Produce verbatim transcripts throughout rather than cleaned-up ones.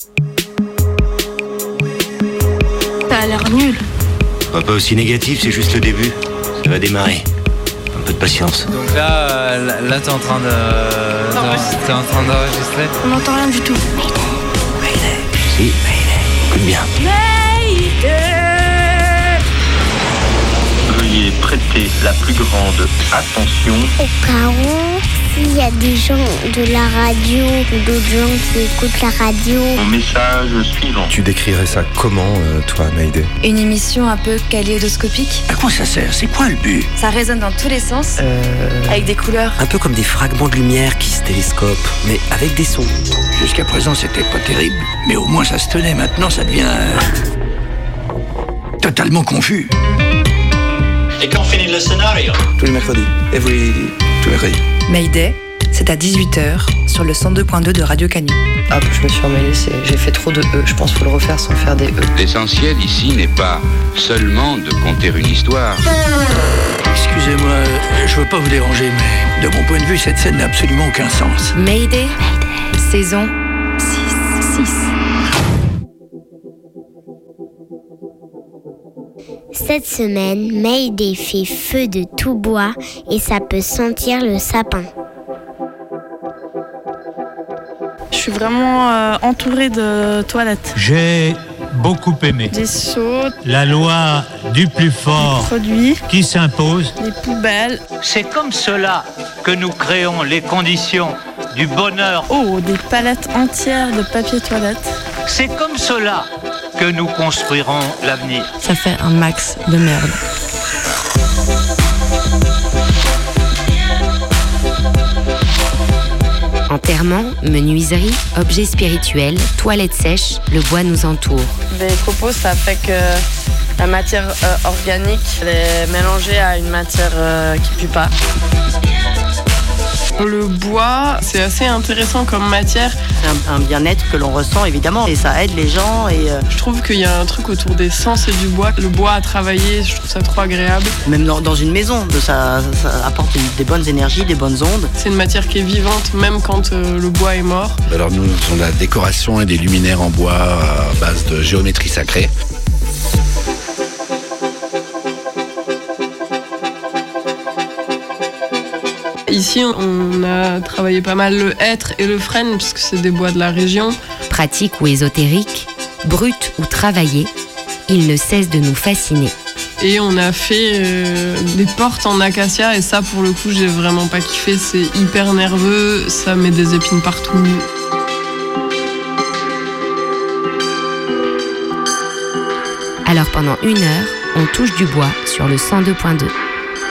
Ça a l'air nul. Pas, pas aussi négatif, c'est juste le début. Ça va démarrer. Un peu de patience. Donc là, euh, là, là t'es en train de... T'es en train d'enregistrer. On n'entend rien du tout. Mayday. Si, Mayday. Écoute bien. Mayday. Veuillez prêter la plus grande attention. Au cas où, s'il y a des gens de la radio ou d'autres gens qui écoutent la radio. Mon message suivant. Tu décrirais ça comment, euh, toi, Mayday ? Une émission un peu kaléidoscopique. À quoi ça sert ? C'est quoi le but ? Ça résonne dans tous les sens, Euh... avec des couleurs. Un peu comme des fragments de lumière qui se télescopent, mais avec des sons. Jusqu'à présent, c'était pas terrible, mais au moins ça se tenait. Maintenant, ça devient euh, totalement confus. Et quand finit le scénario ? Tous les mercredis. Every... Tous les mercredis. Mayday, c'est à dix-huit heures sur le cent deux point deux de Radio Canu. Hop, je me suis emmêlée, c'est... j'ai fait trop de E. Je pense qu'il faut le refaire sans faire des E. L'essentiel ici n'est pas seulement de conter une histoire. Excusez-moi, euh, je veux pas vous déranger, mais de mon point de vue, cette scène n'a absolument aucun sens. Mayday, saison six. Cette semaine, Mayday fait feu de tout bois et ça peut sentir le sapin. Je suis vraiment euh, entourée de toilettes. J'ai beaucoup aimé. Des seaux, La loi du plus fort produits, qui s'impose. des poubelles. C'est comme cela que nous créons les conditions du bonheur. Oh, des palettes entières de papier toilette. C'est comme cela que nous construirons l'avenir. Ça fait un max de merde. Enterrement, menuiserie, objets spirituels, toilettes sèches, le bois nous entoure. Des copeaux, ça fait que la matière euh, organique elle est mélangée à une matière euh, qui pue pas. Le bois, c'est assez intéressant comme matière. C'est un, un bien-être que l'on ressent évidemment et ça aide les gens. Et euh... Je trouve qu'il y a un truc autour des sens et du bois. Le bois à travailler, je trouve ça trop agréable. Même dans, dans une maison, ça, ça apporte une, des bonnes énergies, des bonnes ondes. C'est une matière qui est vivante même quand euh, le bois est mort. Alors nous faisons de la décoration et des luminaires en bois à base de géométrie sacrée. Ici, on a travaillé pas mal le hêtre et le frêne, puisque c'est des bois de la région. Pratique ou ésotérique, brut ou travaillé, il ne cesse de nous fasciner. Et on a fait euh, des portes en acacia, et ça, pour le coup, j'ai vraiment pas kiffé. C'est hyper nerveux, ça met des épines partout. Alors pendant une heure, on touche du bois sur le cent deux point deux.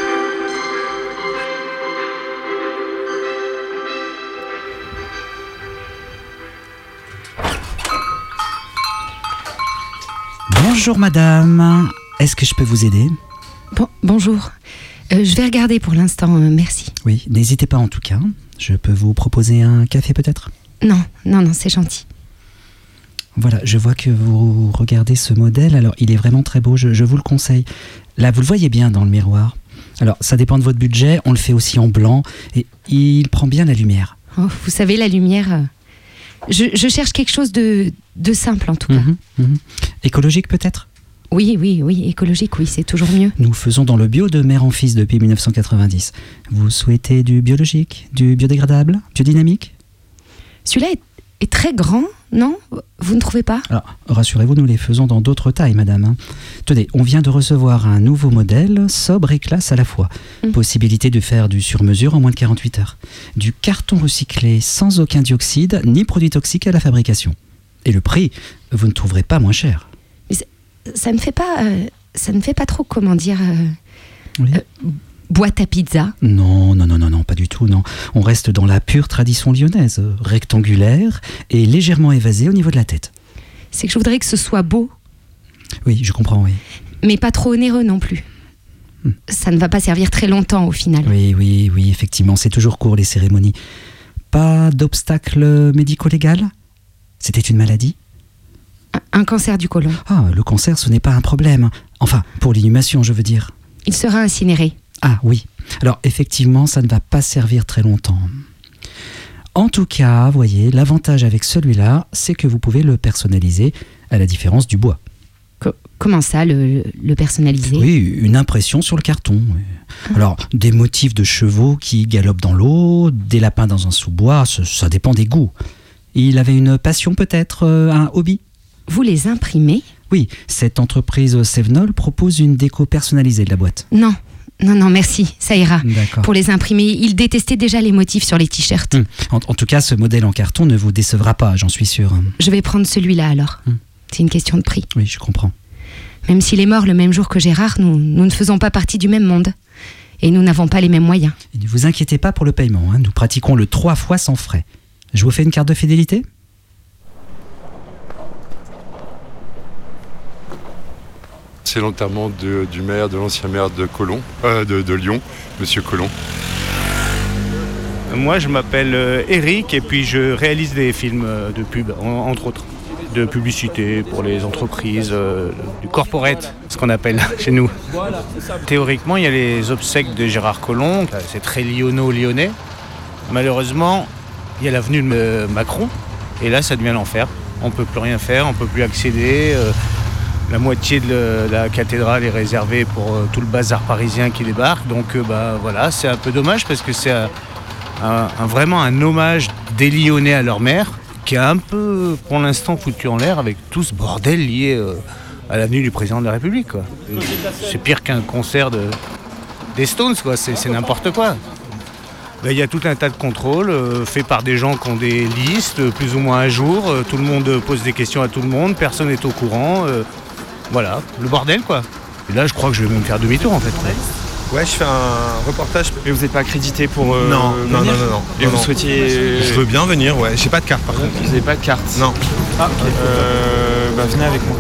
Bonjour madame, est-ce que je peux vous aider ? Bon, bonjour, euh, je vais regarder pour l'instant, euh, merci. Oui, n'hésitez pas en tout cas. Je peux vous proposer un café peut-être ? Non, non, non, c'est gentil. Voilà, je vois que vous regardez ce modèle, alors il est vraiment très beau, je, je vous le conseille. Là, vous le voyez bien dans le miroir. Alors, ça dépend de votre budget, on le fait aussi en blanc, et il prend bien la lumière. Oh, vous savez, la lumière... Euh... Je, je cherche quelque chose de, de simple en tout cas. Mmh, mmh. Écologique peut-être ? Oui, oui, oui, écologique, oui, c'est toujours mieux. Nous faisons dans le bio de mère en fils depuis dix-neuf cent quatre-vingt-dix. Vous souhaitez du biologique, du biodégradable, biodynamique ? Celui-là est, est très grand, non ? Vous ne trouvez pas ? Alors, rassurez-vous, nous les faisons dans d'autres tailles, madame. Hein. Tenez, on vient de recevoir un nouveau modèle, sobre et classe à la fois. Mmh. Possibilité de faire du sur-mesure en moins de quarante-huit heures. Du carton recyclé sans aucun dioxyde, ni produits toxiques à la fabrication. Et le prix, vous ne trouverez pas moins cher. Mais ça ne fait pas... Euh, ça ne fait pas trop, comment dire... Euh, oui. euh, boîte à pizza ? Non, non, non, non, non, pas du tout, non. On reste dans la pure tradition lyonnaise, rectangulaire et légèrement évasée au niveau de la tête. C'est que je voudrais que ce soit beau. Oui, je comprends, oui. Mais pas trop onéreux non plus. Hmm. Ça ne va pas servir très longtemps au final. Oui, oui, oui, effectivement, c'est toujours court les cérémonies. Pas d'obstacle médico-légal ? C'était une maladie ? Un, un cancer du côlon. Ah, le cancer, ce n'est pas un problème. Enfin, pour l'inhumation, je veux dire. Il sera incinéré. Ah oui, alors effectivement, ça ne va pas servir très longtemps. En tout cas, vous voyez, l'avantage avec celui-là, c'est que vous pouvez le personnaliser à la différence du bois. Co- comment ça, le, le personnaliser ? Oui, une impression sur le carton. Alors, des motifs de chevaux qui galopent dans l'eau, des lapins dans un sous-bois, ça, ça dépend des goûts. Il avait une passion peut-être, euh, un hobby ? Vous les imprimez ? Oui, cette entreprise Sevenol propose une déco personnalisée de la boîte. Non, non, non, merci, ça ira. D'accord. Pour les imprimer, il détestait déjà les motifs sur les t-shirts. Hum. En, en tout cas, ce modèle en carton ne vous décevra pas, j'en suis sûr. Je vais prendre celui-là alors. Hum. C'est une question de prix. Oui, je comprends. Même s'il est mort le même jour que Gérard, nous, nous ne faisons pas partie du même monde. Et nous n'avons pas les mêmes moyens. Et ne vous inquiétez pas pour le paiement, hein. Nous pratiquons le trois fois sans frais. Je vous fais une carte de fidélité ? C'est l'enterrement de, du maire, de l'ancien maire de Colomb, euh, de, de Lyon, Monsieur Colomb. Moi, je m'appelle euh, Eric et puis je réalise des films euh, de pub, en, entre autres, de publicité pour les entreprises, euh, du corporate, ce qu'on appelle chez nous. Théoriquement, il y a les obsèques de Gérard Collomb, c'est très lyonno-lyonnais. Malheureusement, il y a l'avenue de Macron et là, ça devient l'enfer. On ne peut plus rien faire, on ne peut plus accéder. Euh, La moitié de la cathédrale est réservée pour euh, tout le bazar parisien qui débarque. Donc euh, bah, voilà, c'est un peu dommage parce que c'est un, un, un, vraiment un hommage des Lyonnais à leur maire qui est un peu, pour l'instant, foutu en l'air avec tout ce bordel lié euh, à l'avenue du président de la République, quoi. C'est pire qu'un concert de, des Stones, quoi. C'est, c'est n'importe quoi. Il y a tout un tas de contrôles euh, faits par des gens qui ont des listes euh, plus ou moins à jour. Euh, tout le monde pose des questions à tout le monde, personne n'est au courant. Euh, Voilà, le bordel quoi. Et là je crois que je vais même faire demi-tour en fait. Ouais, je fais un reportage. Mais vous n'êtes pas accrédité pour euh, non, non, non, non, non. Et non, vous non. souhaitiez... Je veux bien venir, ouais. J'ai pas de carte par contre. Vous n'avez pas de carte? Non. Ah, ok. Euh, bah venez avec moi.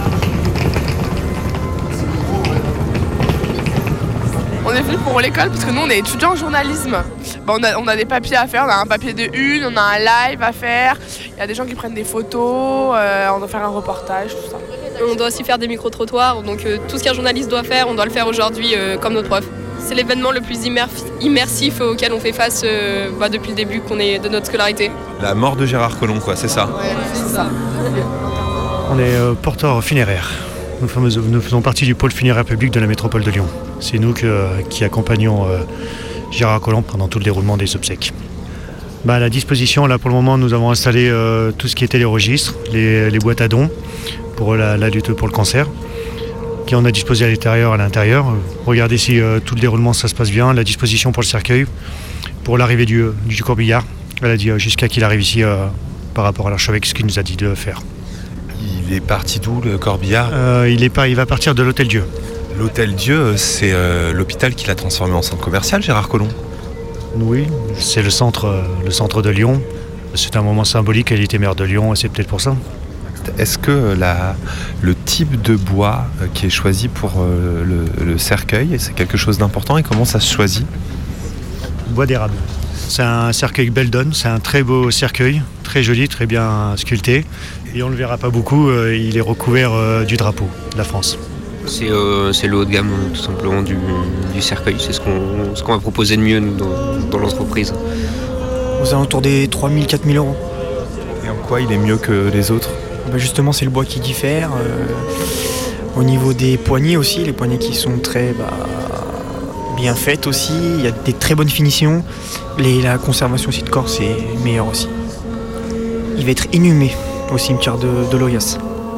On est venu pour l'école parce que nous on est étudiants en journalisme. Bah, on, a, on a des papiers à faire, on a un papier de une, on a un live à faire. Il y a des gens qui prennent des photos, euh, on doit faire un reportage, tout ça. On doit aussi faire des micro-trottoirs, donc euh, tout ce qu'un journaliste doit faire, on doit le faire aujourd'hui euh, comme notre prof. C'est l'événement le plus immer- immersif auquel on fait face euh, bah, depuis le début qu'on est de notre scolarité. La mort de Gérard Collomb, quoi, c'est ça. Ouais, c'est ça. On est euh, porteur funéraire. Nous, faisons, nous faisons partie du pôle funéraire public de la métropole de Lyon. C'est nous que, qui accompagnons euh, Gérard Collomb pendant tout le déroulement des obsèques. Bah, à la disposition, là pour le moment, nous avons installé euh, tout ce qui était les registres, les, les boîtes à dons pour la, la lutte pour le cancer, qui on a disposé à l'intérieur. À l'intérieur. Regardez si euh, tout le déroulement ça se passe bien. La disposition pour le cercueil, pour l'arrivée du, du corbillard. Elle a dit euh, jusqu'à qu'il arrive ici euh, par rapport à l'archevêque, ce qu'il nous a dit de faire. Il est parti d'où, le corbillard euh, il, est pas, il va partir de l'Hôtel Dieu. L'Hôtel Dieu, c'est euh, l'hôpital qu'il a transformé en centre commercial, Gérard Collomb. Oui, c'est le centre, euh, le centre de Lyon. C'est un moment symbolique, elle était maire de Lyon et c'est peut-être pour ça. Est-ce que la, le type de bois qui est choisi pour euh, le, le cercueil, c'est quelque chose d'important et comment ça se choisit? Bois d'érable. C'est un cercueil Beldon, c'est un très beau cercueil, très joli, très bien sculpté. Et on ne le verra pas beaucoup, euh, il est recouvert euh, du drapeau de la France. C'est, euh, c'est le haut de gamme tout simplement du, du cercueil, c'est ce qu'on, ce qu'on va proposer de mieux nous, dans, dans l'entreprise. Aux alentours des trois mille à quatre mille euros. Et en quoi il est mieux que les autres? Bah justement c'est le bois qui diffère. Euh, au niveau des poignées aussi, les poignées qui sont très bah, bien faites aussi, il y a des très bonnes finitions. Les, la conservation aussi de corps c'est meilleur aussi. Il va être inhumé au cimetière de, de Loyasse.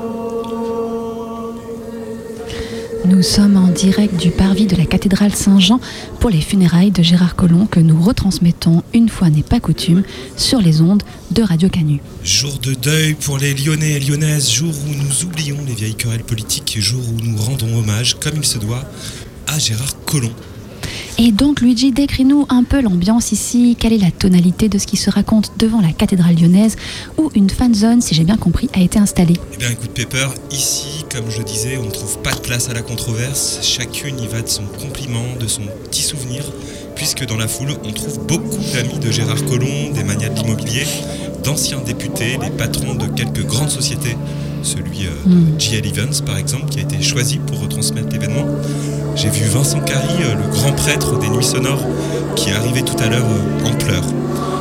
Nous sommes en direct du parvis de la cathédrale Saint-Jean pour les funérailles de Gérard Collomb que nous retransmettons, une fois n'est pas coutume, sur les ondes de Radio Canu. Jour de deuil pour les Lyonnais et Lyonnaises, jour où nous oublions les vieilles querelles politiques, jour où nous rendons hommage, comme il se doit, à Gérard Collomb. Et donc Luigi, décris-nous un peu l'ambiance ici, quelle est la tonalité de ce qui se raconte devant la cathédrale lyonnaise où une fanzone, si j'ai bien compris, a été installée. Eh bien écoute Pepper, ici, comme je disais, on ne trouve pas de place à la controverse, chacune y va de son compliment, de son petit souvenir, puisque dans la foule, on trouve beaucoup d'amis de Gérard Collomb, des magnats de l'immobilier, d'anciens députés, les patrons de quelques grandes sociétés, celui euh, mm. de G L Evans par exemple, qui a été choisi pour retransmettre l'événement. J'ai vu Vincent Carry, le grand prêtre des Nuits Sonores, qui est arrivé tout à l'heure en pleurs.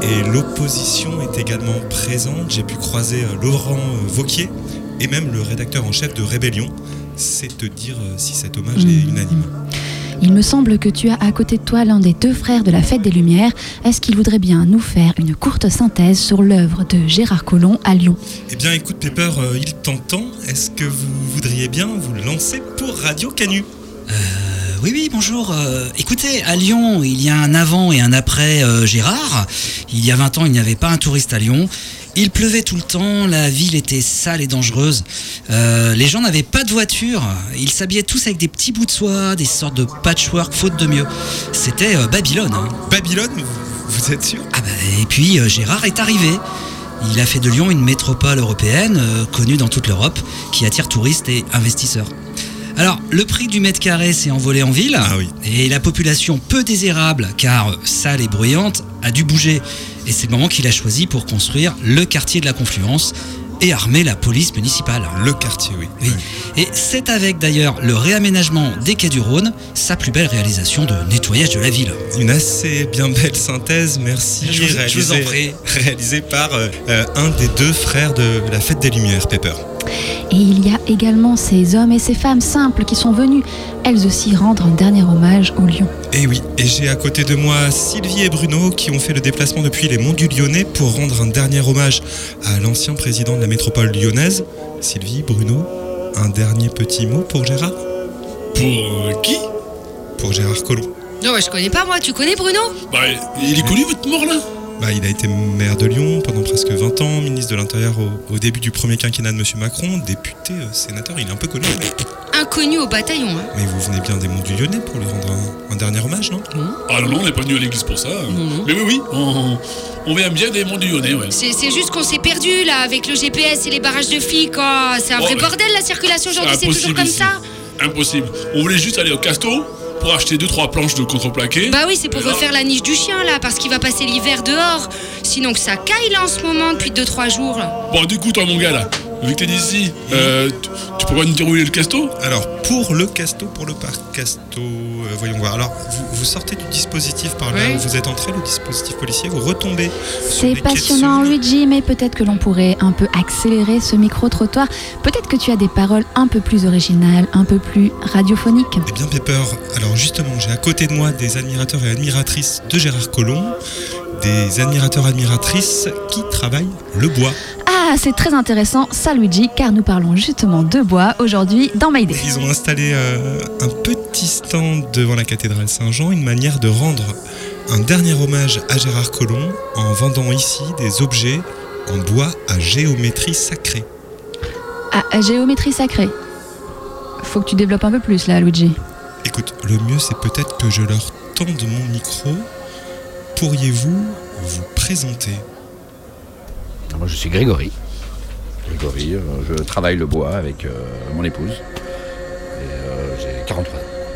et l'opposition est également présente. J'ai pu croiser Laurent Wauquiez et même le rédacteur en chef de Rébellion. C'est te dire si cet hommage mmh. est unanime. Il me semble que tu as à côté de toi l'un des deux frères de la Fête des Lumières. Est-ce qu'il voudrait bien nous faire une courte synthèse sur l'œuvre de Gérard Collomb à Lyon ? Eh bien écoute Pepper, euh, il t'entend. Est-ce que vous voudriez bien vous lancer pour Radio Canu ? euh, Oui, oui, bonjour. Euh, écoutez, à Lyon, il y a un avant et un après euh, Gérard. Il y a vingt ans, il n'y avait pas un touriste à Lyon. Il pleuvait tout le temps, la ville était sale et dangereuse. Euh, les gens n'avaient pas de voiture. Ils s'habillaient tous avec des petits bouts de soie, des sortes de patchwork faute de mieux. C'était euh, Babylone. Hein. Babylone, vous êtes sûr ? Ah bah, et puis euh, Gérard est arrivé. Il a fait de Lyon une métropole européenne, euh, connue dans toute l'Europe, qui attire touristes et investisseurs. Alors, le prix du mètre carré s'est envolé en ville, ah oui. et la population peu désirable, car sale et bruyante, a dû bouger. Et c'est le moment qu'il a choisi pour construire le quartier de la Confluence et armer la police municipale. Le quartier, oui. oui. Et c'est avec d'ailleurs le réaménagement des quais du Rhône, sa plus belle réalisation de nettoyage de la ville. Une assez bien belle synthèse, merci. Je vous, réalisée, je vous en prie. Réalisée par euh, un des deux frères de la Fête des Lumières, Pepper. Et il y a également ces hommes et ces femmes simples qui sont venus, elles aussi, rendre un dernier hommage au Lion. Et oui, et j'ai à côté de moi Sylvie et Bruno qui ont fait le déplacement depuis les Monts du Lyonnais pour rendre un dernier hommage à l'ancien président de la métropole lyonnaise. Sylvie, Bruno, un dernier petit mot pour Gérard ? Pour euh, qui ? Pour Gérard Collomb. Non, ouais, je connais pas moi, tu connais Bruno ? Bah, il est connu votre mort là ? Bah, il a été maire de Lyon pendant presque vingt ans, ministre de l'Intérieur au, au début du premier quinquennat de M. Macron, député, euh, sénateur, il est un peu connu. Mais... Inconnu au bataillon. Hein. Mais vous venez bien des Monts du Lyonnais pour lui rendre un, un dernier hommage, non ? Mmh. Ah non, non, on n'est pas venu à l'église pour ça. Mmh. Mais oui, oui, on, on vient bien des Monts du Lyonnais, ouais. C'est, c'est juste qu'on s'est perdu là, avec le G P S et les barrages de flics. Oh, c'est un oh, vrai bordel la circulation aujourd'hui, c'est, c'est toujours comme ici. Ça. Impossible. On voulait juste aller au Casto pour acheter deux trois planches de contreplaqué. Bah oui, c'est pour refaire la niche du chien là, parce qu'il va passer l'hiver dehors. Sinon que ça caille là en ce moment depuis deux trois jours là. Bon, du coup, toi mon gars là, vu que t'es d'ici, euh, tu, tu peux pas nous dire où est le Casto ? Alors, pour le Casto, pour le parc Casto, euh, voyons voir. Alors, vous, vous sortez du dispositif par là oui. où vous êtes entré, le dispositif policier, vous retombez. C'est passionnant, Luigi, mais peut-être que l'on pourrait un peu accélérer ce micro-trottoir. Peut-être que tu as des paroles un peu plus originales, un peu plus radiophoniques. Eh bien, Pepper, alors justement, j'ai à côté de moi des admirateurs et admiratrices de Gérard Collomb, des admirateurs et admiratrices qui travaillent le bois. Ah, c'est très intéressant, ça Luigi, car nous parlons justement de bois aujourd'hui dans Mayday. Ils ont installé euh, un petit stand devant la cathédrale Saint-Jean, une manière de rendre un dernier hommage à Gérard Collomb en vendant ici des objets en bois à géométrie sacrée. Ah, à géométrie sacrée. Faut que tu développes un peu plus là, Luigi. Écoute, le mieux c'est peut-être que je leur tende mon micro. Pourriez-vous vous présenter ? Moi je suis Grégory. Grégory, euh, je travaille le bois avec euh, mon épouse. Et euh, j'ai quarante-trois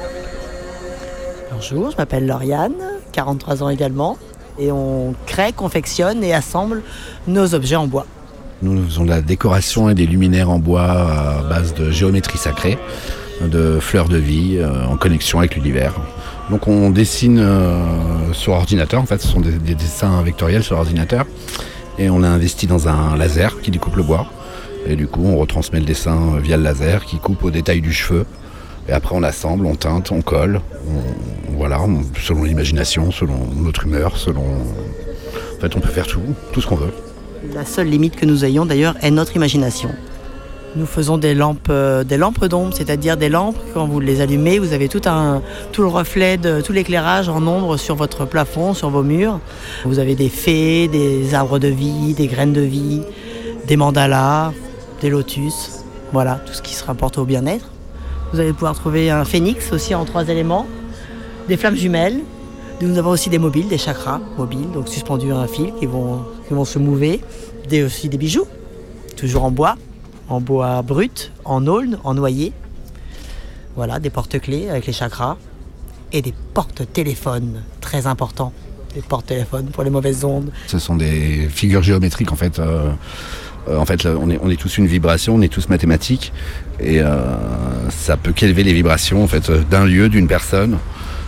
ans. Bonjour, je m'appelle Lauriane, quarante-trois ans également. Et on crée, confectionne et assemble nos objets en bois. Nous faisons de la décoration et des luminaires en bois à base de géométrie sacrée, de fleurs de vie euh, en connexion avec l'univers. Donc on dessine euh, sur ordinateur, en fait ce sont des, des dessins vectoriels sur ordinateur. Et on a investi dans un laser qui découpe le bois. Et du coup, on retransmet le dessin via le laser qui coupe au détail du cheveu. Et après, on assemble, on teinte, on colle. On, voilà, on, selon l'imagination, selon notre humeur, selon... En fait, on peut faire tout, tout ce qu'on veut. La seule limite que nous ayons, d'ailleurs, est notre imagination. Nous faisons des lampes, euh, des lampes d'ombre, c'est-à-dire des lampes, quand vous les allumez, vous avez tout, un, tout le reflet, de, tout l'éclairage en ombre sur votre plafond, sur vos murs. Vous avez des fées, des arbres de vie, des graines de vie, des mandalas, des lotus, voilà, tout ce qui se rapporte au bien-être. Vous allez pouvoir trouver un phénix aussi en trois éléments, des flammes jumelles. Nous avons aussi des mobiles, des chakras mobiles, donc suspendus à un fil qui vont, qui vont se mouver. Des, aussi des bijoux, toujours en bois. En bois brut, en aulne, en noyer. Voilà, des porte-clés avec les chakras. Et des porte-téléphones, très importants. Des porte-téléphones pour les mauvaises ondes. Ce sont des figures géométriques en fait. Euh, euh, en fait, là, on est, on est tous une vibration, on est tous mathématiques. Et euh, ça peut qu'élever les vibrations en fait, d'un lieu, d'une personne.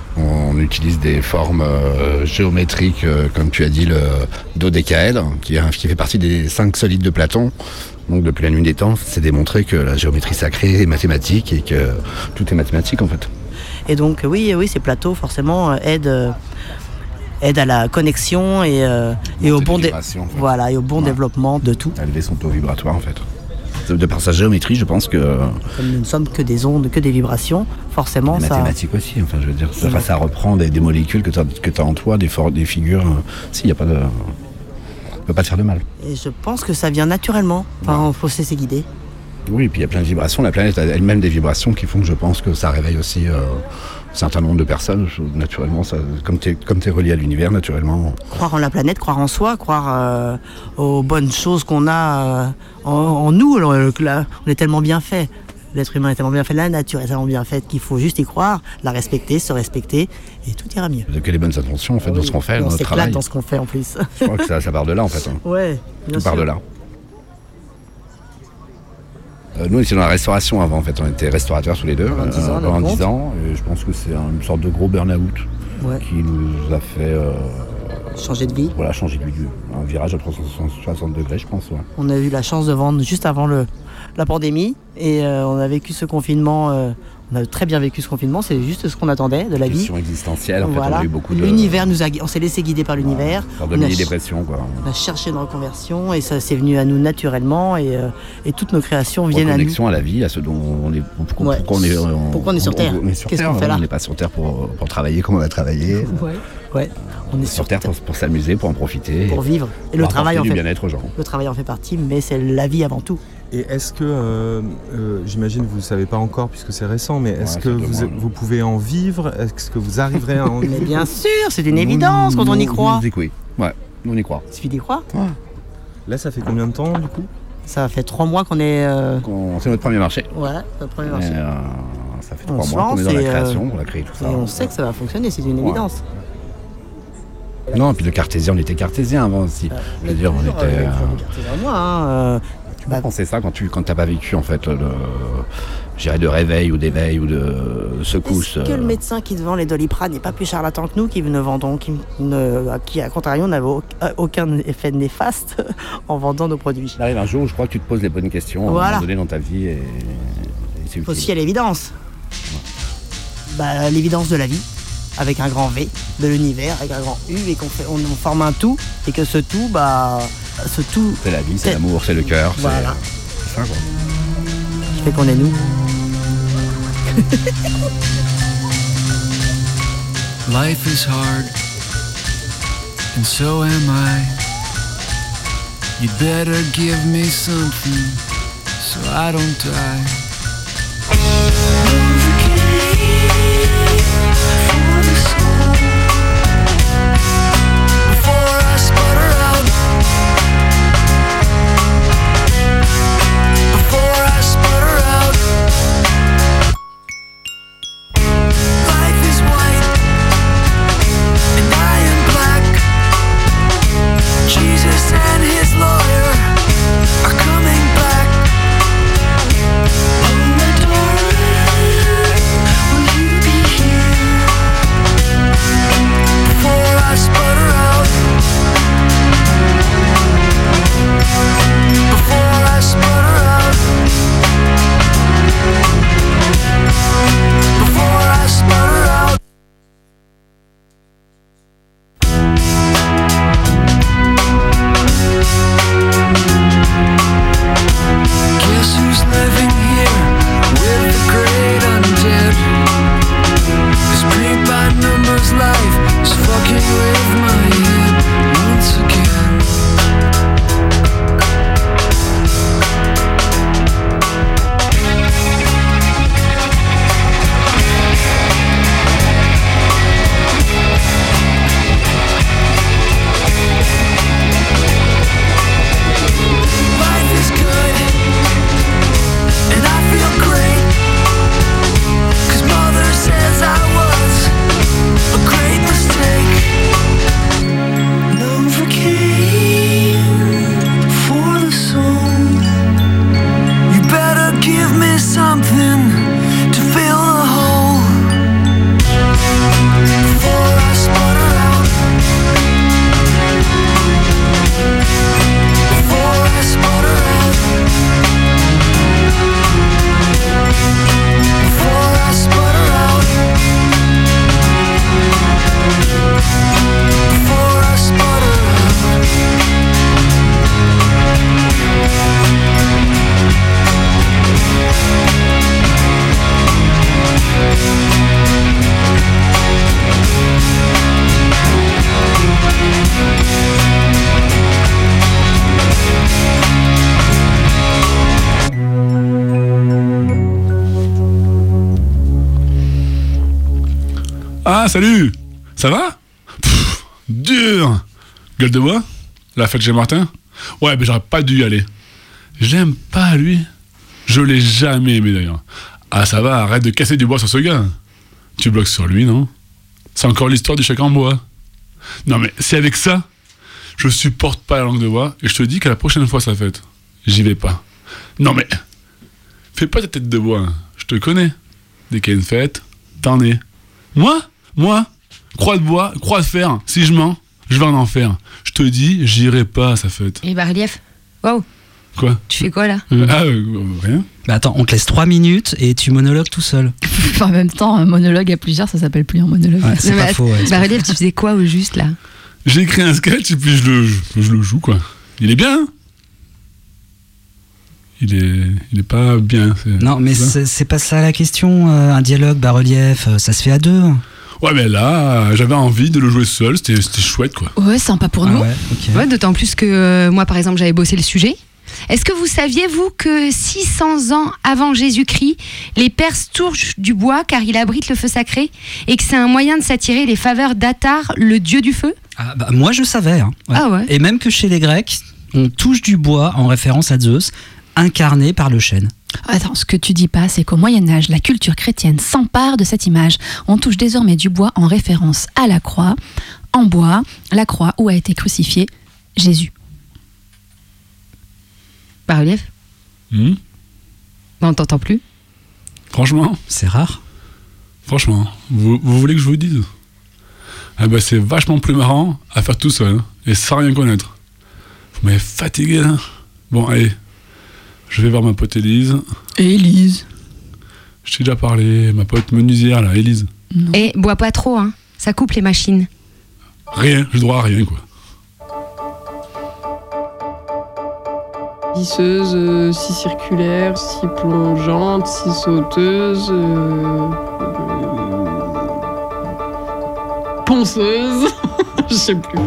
On utilise des formes euh, géométriques, euh, comme tu as dit, le dodécaèdre, qui, qui fait partie des cinq solides de Platon. Donc depuis la nuit des temps, c'est démontré que la géométrie sacrée est mathématique et que tout est mathématique en fait. Et donc oui, oui, ces plateaux forcément aident, euh, aident à la connexion et, euh, et au bon, dé- en fait. voilà, et au bon ouais. développement de tout. À élever son taux vibratoire en fait. De par sa géométrie, je pense que... Comme nous ne sommes que des ondes, que des vibrations, forcément ça... mathématiques aussi, enfin je veux dire, ça, ça reprend des, des molécules que tu as que tu as en toi, des, for- des figures... Euh, si, il n'y a pas de... Ça peut pas te faire de mal. Et je pense que ça vient naturellement, enfin il faut se laisser guider. Oui, et puis il y a plein de vibrations, la planète a elle-même des vibrations qui font que je pense que ça réveille aussi euh, un certain nombre de personnes, naturellement, ça, comme tu es comme t'es relié à l'univers, naturellement. Croire en la planète, croire en soi, croire euh, aux bonnes choses qu'on a euh, en, en nous, alors, là, on est tellement bien fait. L'être humain est tellement bien fait, la nature est tellement bien faite qu'il faut juste y croire, la respecter, se respecter, et tout ira mieux. Que les bonnes intentions en fait, ah oui, dans ce qu'on fait, dans notre travail. dans ce qu'on fait en plus. Je crois que ça, ça part de là en fait. Hein. Ouais, bien tout sûr. part de là. Euh, nous, on était dans la restauration avant, en fait. On était restaurateurs tous les deux pendant dix ans. Euh, pendant dix ans et je pense que c'est une sorte de gros burn-out ouais. qui nous a fait... Euh, changer de vie. Voilà, changer de vie. Un virage à trois cent soixante degrés, je pense. Ouais. On a eu la chance de vendre juste avant le, la pandémie et euh, on a vécu ce confinement... Euh, on a très bien vécu ce confinement, c'est juste ce qu'on attendait de la vie. Question existentielle, en voilà. fait, on a eu beaucoup de... L'univers nous a... On s'est laissé guider par l'univers. Voilà, de mini-dépression, quoi. On a cherché une reconversion et ça s'est venu à nous naturellement et, euh, et toutes nos créations viennent à nous. Connexion à la vie, à ce dont on est... Pourquoi, ouais. pourquoi on est... On, pourquoi on est sur Terre on, on est sur Qu'est-ce Terre, qu'on fait là on n'est pas sur Terre pour, pour travailler comme on va travailler. Ouais. Ouais. On est sur, sur Terre pour, pour s'amuser, pour en profiter. Pour vivre. Et pour le travail en du fait... bien-être aux gens. Le travail en fait partie, mais c'est la vie avant tout. Et est-ce que, euh, euh, j'imagine que vous ne savez pas encore puisque c'est récent, mais est-ce ouais, que vous, êtes, vous pouvez en vivre? Est-ce que vous arriverez à en vivre? Mais bien sûr, c'est une évidence nous, quand on y croit. Nous, nous, oui, ouais, nous on y croit. Il suffit d'y croire. Ouais. Là, ça fait combien de temps du coup? Ça fait trois mois qu'on est... Euh... C'est notre premier marché. Ouais, notre premier marché. Euh, ça fait trois mois qu'on est dans la création, euh... on a créé tout ça. Et on sait que ça va fonctionner, c'est une ouais. évidence. Non, puis le cartésien, on était cartésien avant aussi. Euh, je veux dire, on était... Euh... cartésien moi, hein, euh... Tu peux bah, penser ça quand tu quand t'as pas vécu en fait le, j'irais de réveil ou d'éveil ou de secousse. Est-ce que le médecin qui te vend les Doliprane n'est pas plus charlatan que nous qui ne vendons, qui, ne, qui à contrario n'avait aucun effet néfaste en vendant nos produits. Il arrive un jour où je crois que tu te poses les bonnes questions voilà. à un moment donné dans ta vie et, et c'est utile. Aussi à l'évidence. Ouais. Bah, l'évidence de la vie. Avec un grand V, de l'univers, avec un grand U, et qu'on fait, on, on forme un tout, et que ce tout, bah, ce tout... C'est la vie, c'est l'amour, c'est le cœur, voilà. c'est ça, quoi. Qui fait qu'on est nous. Life is hard, and so am I. You'd better give me something, so I don't die. Jesus and his lawyer are coming back. Ah, salut. Ça va? Pff, dur. Gueule de bois? La fête chez Martin? Ouais, mais j'aurais pas dû y aller. J'aime pas lui. Je l'ai jamais aimé d'ailleurs. Ah, ça va, arrête de casser du bois sur ce gars. Tu bloques sur lui, non? C'est encore l'histoire du chèque en bois. Non, mais c'est avec ça. Je supporte pas la langue de bois et je te dis qu'à la prochaine fois sa fête, j'y vais pas. Non, mais fais pas ta tête de bois. Je te connais. Dès qu'il y a une fête, t'en es. Moi? Moi? Croix de bois, croix de fer. Si je mens, je vais en enfer. Je te dis, j'irai pas à sa fête. Et bas-relief? Waouh! Quoi? Tu fais quoi là? euh, Ah, euh, rien. Bah attends, on te laisse trois minutes et tu monologues tout seul. En même temps, un monologue à plusieurs, ça s'appelle plus un monologue. Ouais, c'est Non, pas mais faux. Ouais, c'est pas Bas-relief, tu faisais quoi au juste là? J'ai écrit un sketch et puis je le, je, je le joue, quoi. Il est bien, hein? Il est, il est pas bien. C'est, Non, mais c'est ça c'est, c'est pas ça la question. euh, un dialogue, bas-relief, euh, ça se fait à deux. Ouais, mais là, j'avais envie de le jouer seul, c'était, c'était chouette, quoi. Ouais, sympa pour Ah nous. ouais, ok. Ouais, d'autant plus que euh, moi, par exemple, j'avais bossé le sujet. Est-ce que vous saviez, vous, que six cents ans avant Jésus-Christ, les Perses touchent du bois car il abrite le feu sacré et que c'est un moyen de s'attirer les faveurs d'Attar, le dieu du feu? Ah, bah, moi, je savais. Hein. Ouais. Ah ouais. Et même que chez les Grecs, on touche du bois en référence à Zeus, incarné par le chêne. Attends, ce que tu dis pas, c'est qu'au Moyen-Âge, la culture chrétienne s'empare de cette image. On touche désormais du bois en référence à la croix, en bois, la croix où a été crucifié Jésus. Bas-relief? Hmm Bah, on t'entend plus. Franchement, C'est rare. franchement, vous, vous voulez que je vous dise? Ah bah c'est vachement plus marrant à faire tout seul, hein, et sans rien connaître. Vous m'avez fatigué, là. Bon, allez, je vais voir ma pote Élise. Et Élise? Je t'ai déjà parlé, ma pote menuisière, là, Élise. Et bois pas trop, hein. Ça coupe les machines. Rien, j'ai droit à rien, quoi. Visseuse, euh, scie circulaire, scie plongeante, scie sauteuse, euh, euh, ponceuse, je sais plus.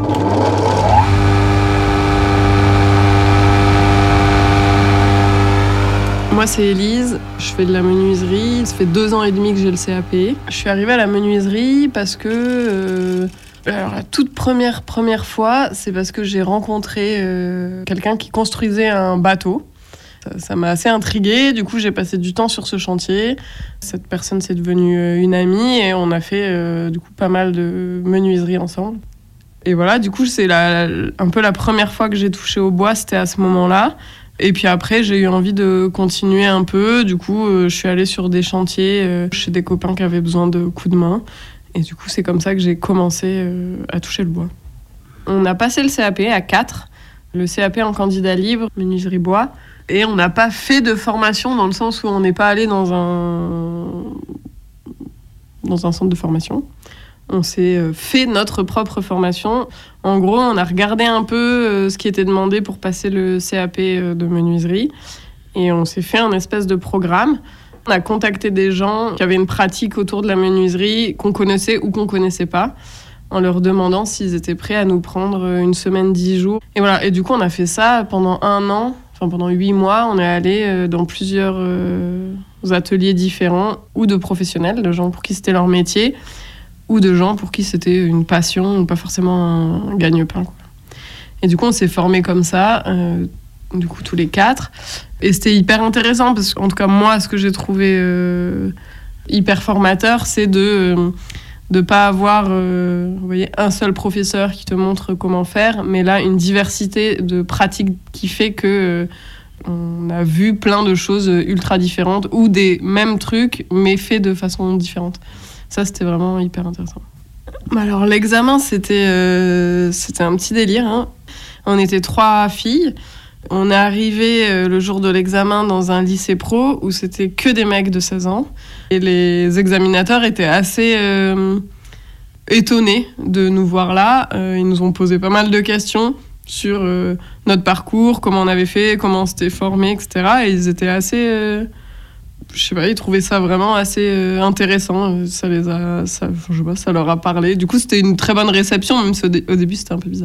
Moi c'est Élise, je fais de la menuiserie, ça fait deux ans et demi que j'ai le C A P. Je suis arrivée à la menuiserie parce que... Euh, Alors la toute première première fois, c'est parce que j'ai rencontré euh, quelqu'un qui construisait un bateau. Ça, ça m'a assez intriguée, du coup j'ai passé du temps sur ce chantier. Cette personne c'est devenue euh, une amie et on a fait euh, du coup pas mal de menuiserie ensemble. Et voilà, du coup c'est la, un peu la première fois que j'ai touché au bois, c'était à ce moment-là. Et puis après j'ai eu envie de continuer un peu, du coup euh, je suis allée sur des chantiers euh, chez des copains qui avaient besoin de coups de main. Et du coup, c'est comme ça que j'ai commencé euh, à toucher le bois. On a passé le C A P à quatre, le C A P en candidat libre, menuiserie bois. Et on n'a pas fait de formation dans le sens où on n'est pas allé dans un, dans un centre de formation. On s'est fait notre propre formation. En gros, on a regardé un peu euh, ce qui était demandé pour passer le C A P de menuiserie. Et on s'est fait un espèce de programme. On a contacté des gens qui avaient une pratique autour de la menuiserie, qu'on connaissait ou qu'on connaissait pas, en leur demandant s'ils étaient prêts à nous prendre une semaine, dix jours. Et voilà. Et du coup, on a fait ça pendant un an, enfin pendant huit mois. On est allé dans plusieurs euh, ateliers différents, ou de professionnels, de gens pour qui c'était leur métier, ou de gens pour qui c'était une passion, ou pas forcément un gagne-pain, quoi. Et du coup, on s'est formés comme ça, euh, du coup, tous les quatre. Et c'était hyper intéressant parce qu'en tout cas, moi, ce que j'ai trouvé euh, hyper formateur, c'est de ne euh, pas avoir euh, vous voyez, un seul professeur qui te montre comment faire, mais là, une diversité de pratiques qui fait que euh, on a vu plein de choses ultra différentes ou des mêmes trucs, mais faits de façon différente. Ça, c'était vraiment hyper intéressant. Alors, l'examen, c'était, euh, c'était un petit délire, hein. On était trois filles. On est arrivé euh, le jour de l'examen dans un lycée pro où c'était que des mecs de seize ans. Et les examinateurs étaient assez euh, étonnés de nous voir là. Euh, ils nous ont posé pas mal de questions sur euh, notre parcours, comment on avait fait, comment on s'était formé, et cetera. Et ils étaient assez... Euh, je sais pas, ils trouvaient ça vraiment assez euh, intéressant. Ça, les a, ça, je sais pas, ça leur a parlé. Du coup, c'était une très bonne réception, même si au, dé- au début, c'était un peu bizarre.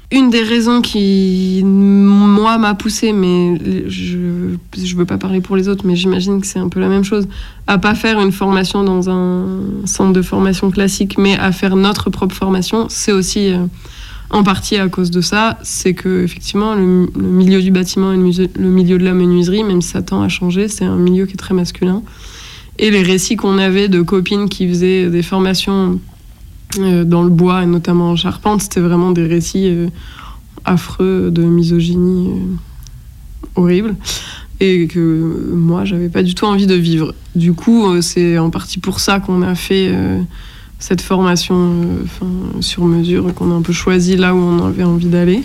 Une des raisons qui, moi, m'a poussée, mais je je veux pas parler pour les autres, mais j'imagine que c'est un peu la même chose, à pas faire une formation dans un centre de formation classique, mais à faire notre propre formation, c'est aussi euh, en partie à cause de ça. C'est que effectivement, le, le milieu du bâtiment et le, musée, le milieu de la menuiserie, même si ça tend à changer, c'est un milieu qui est très masculin. Et les récits qu'on avait de copines qui faisaient des formations euh, dans le bois, et notamment en charpente, c'était vraiment des récits euh, affreux de misogynie euh, horrible, et que moi, j'avais pas du tout envie de vivre. Du coup, euh, c'est en partie pour ça qu'on a fait euh, cette formation euh, sur mesure, qu'on a un peu choisi là où on avait envie d'aller.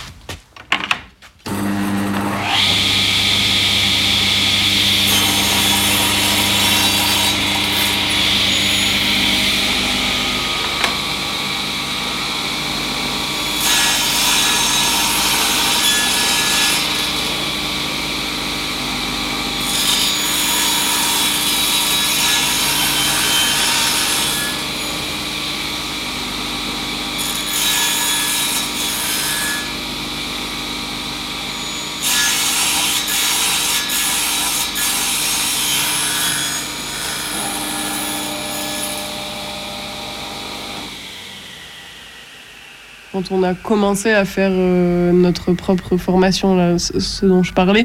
Quand on a commencé à faire euh, notre propre formation, là, ce, ce dont je parlais,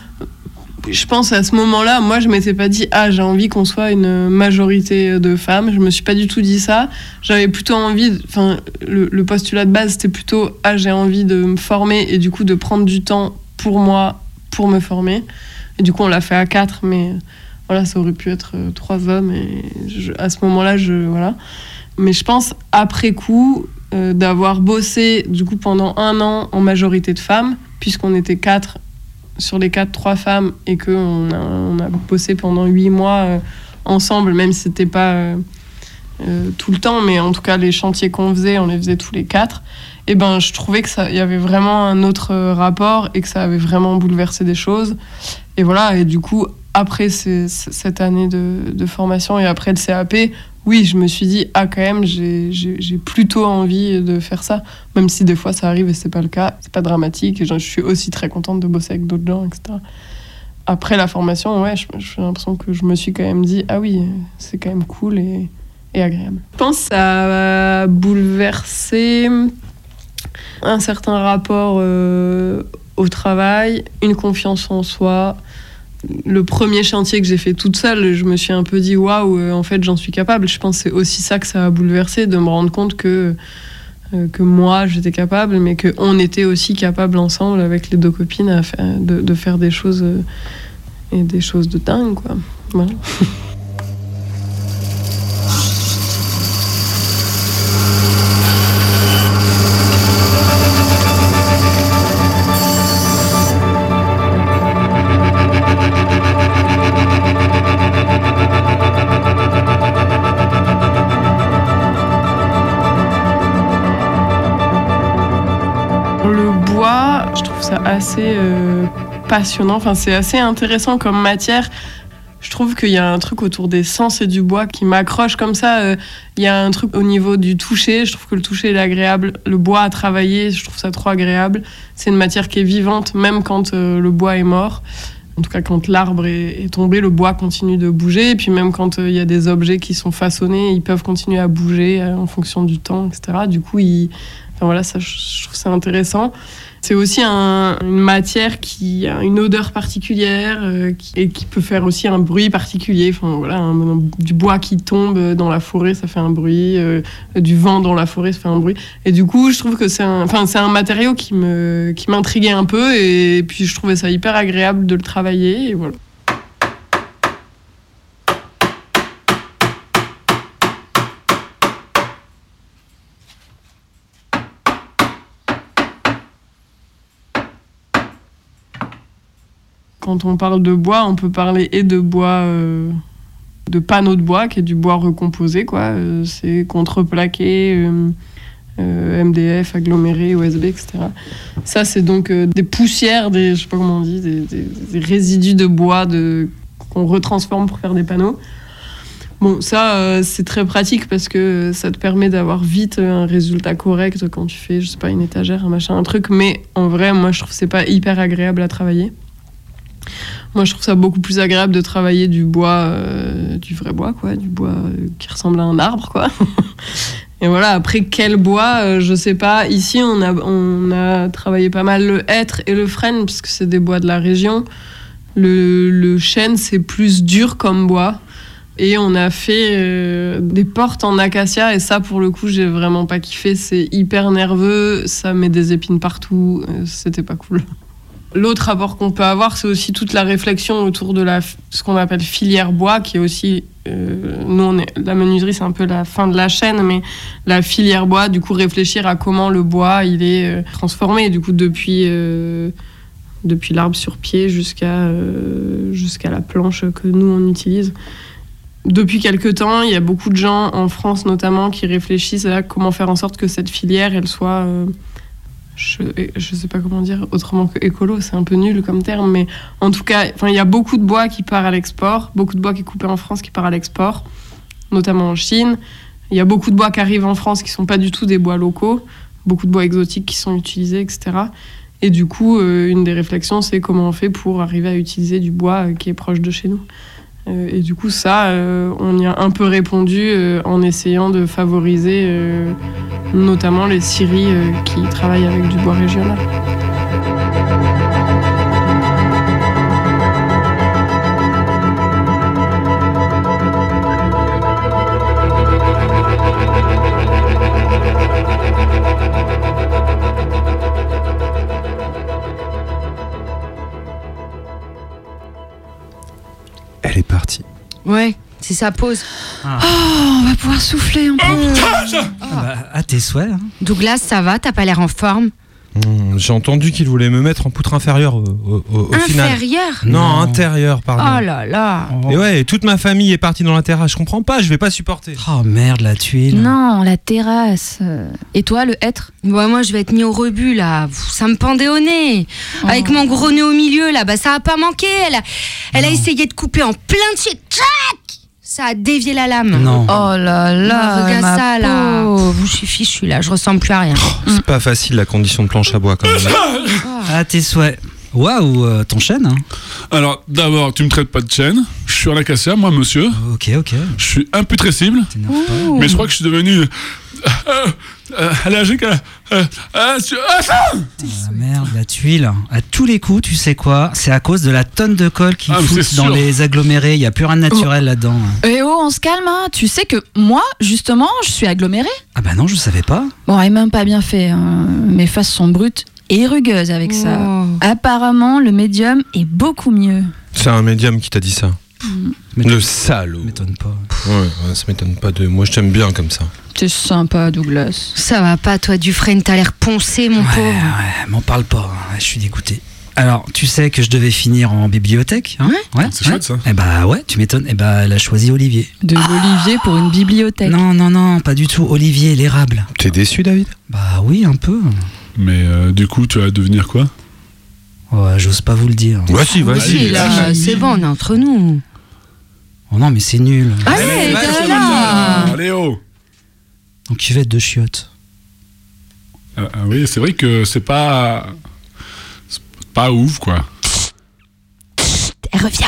je pense à ce moment-là, moi je m'étais pas dit « Ah, j'ai envie qu'on soit une majorité de femmes ». Je me suis pas du tout dit ça. J'avais plutôt envie, enfin le, le postulat de base c'était plutôt « Ah, j'ai envie de me former et du coup de prendre du temps pour moi, pour me former ». Et du coup on l'a fait à quatre, mais voilà, ça aurait pu être euh, trois hommes. Et je, à ce moment-là, je voilà. Mais je pense après coup euh, d'avoir bossé du coup pendant un an en majorité de femmes, puisqu'on était quatre. Sur les quatre, trois femmes, et qu'on a, on a bossé pendant huit mois euh, ensemble, même si c'était pas euh, euh, tout le temps, mais en tout cas les chantiers qu'on faisait, on les faisait tous les quatre. Et ben je trouvais que ça, y avait vraiment un autre rapport et que ça avait vraiment bouleversé des choses. Et voilà. Et du coup, après ces, cette année de, de formation et après le C A P, oui, je me suis dit, ah, quand même, j'ai, j'ai, j'ai plutôt envie de faire ça. Même si des fois ça arrive et c'est pas le cas, c'est pas dramatique. Et je suis aussi très contente de bosser avec d'autres gens, et cetera. Après la formation, ouais, j'ai l'impression que je me suis quand même dit, ah oui, c'est quand même cool et, et agréable. Je pense que ça a bouleversé un certain rapport euh, au travail, une confiance en soi. Le premier chantier que j'ai fait toute seule, je me suis un peu dit waouh, en fait j'en suis capable. Je pense que c'est aussi ça que ça a bouleversé, de me rendre compte que, euh, que moi j'étais capable, mais qu'on était aussi capable ensemble avec les deux copines à faire, de, de faire des choses euh, et des choses de dingue, quoi. Voilà. Assez euh, passionnant, enfin c'est assez intéressant comme matière. Je trouve qu'il y a un truc autour des sens et du bois qui m'accroche comme ça. Euh, il y a un truc au niveau du toucher, je trouve que le toucher est agréable. Le bois à travailler, je trouve ça trop agréable. C'est une matière qui est vivante, même quand euh, le bois est mort. En tout cas, quand l'arbre est, est tombé, le bois continue de bouger. Et puis même quand il euh, y a des objets qui sont façonnés, ils peuvent continuer à bouger euh, en fonction du temps, et cetera. Du coup, il... enfin, voilà, ça, je trouve ça intéressant. C'est aussi un, une matière qui a une odeur particulière euh, qui, et qui peut faire aussi un bruit particulier. Enfin, voilà, un, un, du bois qui tombe dans la forêt, ça fait un bruit. Euh, du vent dans la forêt, ça fait un bruit. Et du coup, je trouve que c'est un, enfin, c'est un matériau qui, me, qui m'intriguait un peu. Et puis, je trouvais ça hyper agréable de le travailler. Et voilà. Quand on parle de bois, on peut parler et de bois, euh, de panneaux de bois, qui est du bois recomposé, quoi. Euh, c'est contreplaqué, euh, euh, M D F, aggloméré, O S B, et cetera. Ça, c'est donc euh, des poussières, des, je sais pas comment on dit, des, des, des résidus de bois de, qu'on retransforme pour faire des panneaux. Bon, ça, euh, c'est très pratique parce que ça te permet d'avoir vite un résultat correct quand tu fais, je sais pas, une étagère, un machin, un truc. Mais en vrai, moi, je trouve que c'est pas hyper agréable à travailler. Moi, je trouve ça beaucoup plus agréable de travailler du bois, euh, du vrai bois, quoi, du bois euh, qui ressemble à un arbre, quoi. Et voilà, après, quel bois, euh, je sais pas. Ici, on a, on a travaillé pas mal le hêtre et le frêne, puisque c'est des bois de la région. Le, le chêne, c'est plus dur comme bois. Et on a fait euh, des portes en acacia, et ça, pour le coup, j'ai vraiment pas kiffé. C'est hyper nerveux, ça met des épines partout, euh, c'était pas cool. L'autre rapport qu'on peut avoir, c'est aussi toute la réflexion autour de la, ce qu'on appelle filière bois, qui est aussi... Euh, nous, on est, la menuiserie, c'est un peu la fin de la chaîne, mais la filière bois, du coup, réfléchir à comment le bois, il est euh, transformé, du coup, depuis, euh, depuis l'arbre sur pied jusqu'à, euh, jusqu'à la planche que nous, on utilise. Depuis quelque temps, il y a beaucoup de gens, en France notamment, qui réfléchissent à comment faire en sorte que cette filière, elle soit... Euh, je je sais pas comment dire autrement que écolo, c'est un peu nul comme terme, mais en tout cas, enfin, il y a beaucoup de bois qui part à l'export, beaucoup de bois qui est coupé en France qui part à l'export, notamment en Chine. Il y a beaucoup de bois qui arrivent en France qui sont pas du tout des bois locaux, beaucoup de bois exotiques qui sont utilisés, et cetera. Et du coup, euh, une des réflexions, c'est comment on fait pour arriver à utiliser du bois euh, qui est proche de chez nous. Euh, et du coup, ça, euh, on y a un peu répondu euh, en essayant de favoriser euh, notamment les scieries euh, qui travaillent avec du bois régional. Elle est partie. Ouais, c'est sa pause. Ah. Oh, on va pouvoir souffler un peu. Oh. Ah bah, à tes souhaits. Hein. Douglas, ça va? T'as pas l'air en forme? Mmh, j'ai entendu qu'il voulait me mettre en poutre inférieure au, au, au final. Inférieure? Non, Non. intérieure, pardon. Oh là là. Et ouais, toute ma famille est partie dans la terrasse. Je comprends pas, je vais pas supporter. Oh merde, la tuile. Non, la terrasse. Et toi, le hêtre? Ouais, moi, je vais être mis au rebut, là. Pff, ça me pendait au nez. Oh. Avec mon gros nez au milieu, là, bah, ça a pas manqué. Elle a, elle a essayé de couper en plein dessus. Tchac! Ça a dévié la lame. Non. Oh là là, regarde ma ça, là. pauvre. Je suis fichu, là. Je ressemble plus à rien. C'est pas facile la condition de planche à bois quand même. À tes souhaits. Waouh, euh, ton chêne hein. Alors, d'abord, tu me traites pas de chêne. Je suis en acacia, moi, monsieur. Ok, ok. Je suis imputrescible. Ouh. Mais je crois que je suis devenu euh, euh, allergique à... Euh, à, sur- ah, Ah, merde, la tuile. À tous les coups, tu sais quoi? C'est à cause de la tonne de colle qu'ils Ah, mais foutent c'est dans sûr. les agglomérés. Il n'y a plus rien de naturel là-dedans. Eh oh, on se calme, hein. Tu sais que moi, justement, je suis agglomérée. Ah bah non, je savais pas. Bon, elle est même pas bien fait. Hein. Mes faces sont brutes et rugueuses avec ça. Oh. Apparemment, le médium est beaucoup mieux. C'est un médium qui t'a dit ça. Le salaud. M'étonne pas. Ouais, ouais, ça m'étonne pas de. Moi, je t'aime bien comme ça. C'est sympa, Douglas. Ça va pas, toi, Dufresne, t'as l'air poncé, mon Ouais, pauvre. ouais, m'en parle pas. hein. Je suis dégoûté. Alors, tu sais que je devais finir en bibliothèque hein Ouais. C'est chouette, ça. Eh bah ouais, tu m'étonnes. Eh bah, elle a choisi Olivier. De l'olivier pour une bibliothèque. Non, non, non, pas du tout. Olivier, l'érable. T'es déçu, David? Bah oui, un peu. Mais euh, du coup, tu vas devenir quoi? Ouais, j'ose pas vous le dire. Vas-y, vas-y. Si, là, c'est bon, on est entre nous. Oh non, mais c'est nul. Allez, vas-y, t'es là. Allez, oh. En cuvette de chiottes. Ah, ah oui, c'est vrai que c'est pas... c'est pas ouf, quoi. Elle revient.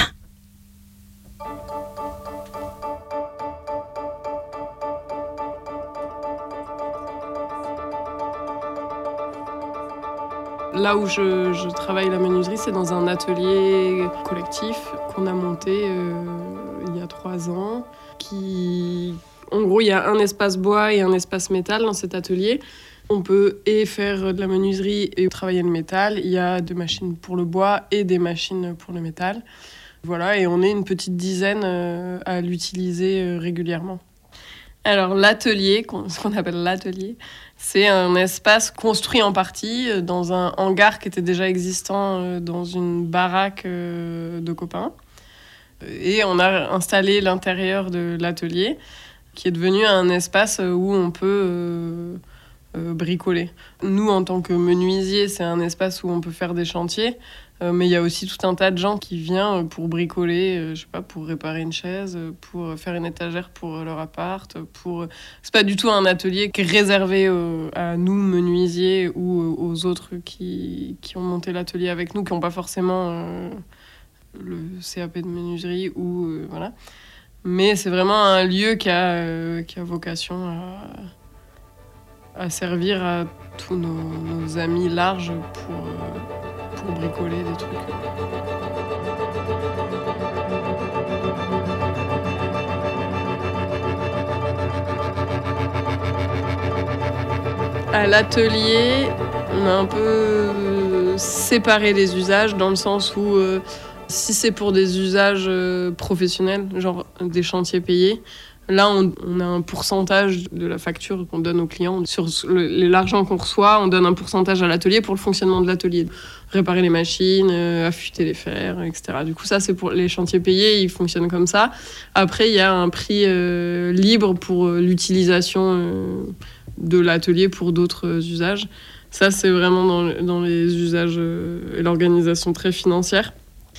Là où je, je travaille la menuiserie, c'est dans un atelier collectif qu'on a monté euh, il y a trois ans. Qui, en gros, il y a un espace bois et un espace métal dans cet atelier. On peut et faire de la menuiserie et travailler le métal. Il y a des machines pour le bois et des machines pour le métal. Voilà, et on est une petite dizaine euh, à l'utiliser euh, régulièrement. Alors l'atelier, qu'on- ce qu'on appelle l'atelier, c'est un espace construit en partie euh, dans un hangar qui était déjà existant euh, dans une baraque euh, de copains. Et on a installé l'intérieur de l'atelier, qui est devenu un espace où on peut euh, euh, bricoler. Nous, en tant que menuisier, c'est un espace où on peut faire des chantiers. Euh, mais il y a aussi tout un tas de gens qui viennent pour bricoler, euh, je sais pas, pour réparer une chaise, pour faire une étagère pour leur appart. Pour... C'est pas du tout un atelier qui est réservé euh, à nous, menuisiers, ou aux autres qui, qui ont monté l'atelier avec nous, qui n'ont pas forcément euh, le C A P de menuiserie. Ou, euh, voilà. Mais c'est vraiment un lieu qui a, euh, qui a vocation à, à servir à tous nos, nos amis larges pour... Euh, pour bricoler des trucs. À l'atelier, on a un peu séparé les usages dans le sens où euh, si c'est pour des usages euh, professionnels, genre des chantiers payés, là, on, on a un pourcentage de la facture qu'on donne aux clients. Sur le, l'argent qu'on reçoit, on donne un pourcentage à l'atelier pour le fonctionnement de l'atelier. Réparer les machines, euh, affûter les fers, et cetera. Du coup, ça, c'est pour les chantiers payés, ils fonctionnent comme ça. Après, il y a un prix euh, libre pour euh, l'utilisation euh, de l'atelier pour d'autres euh, usages. Ça, c'est vraiment dans, dans les usages euh, et l'organisation très financière.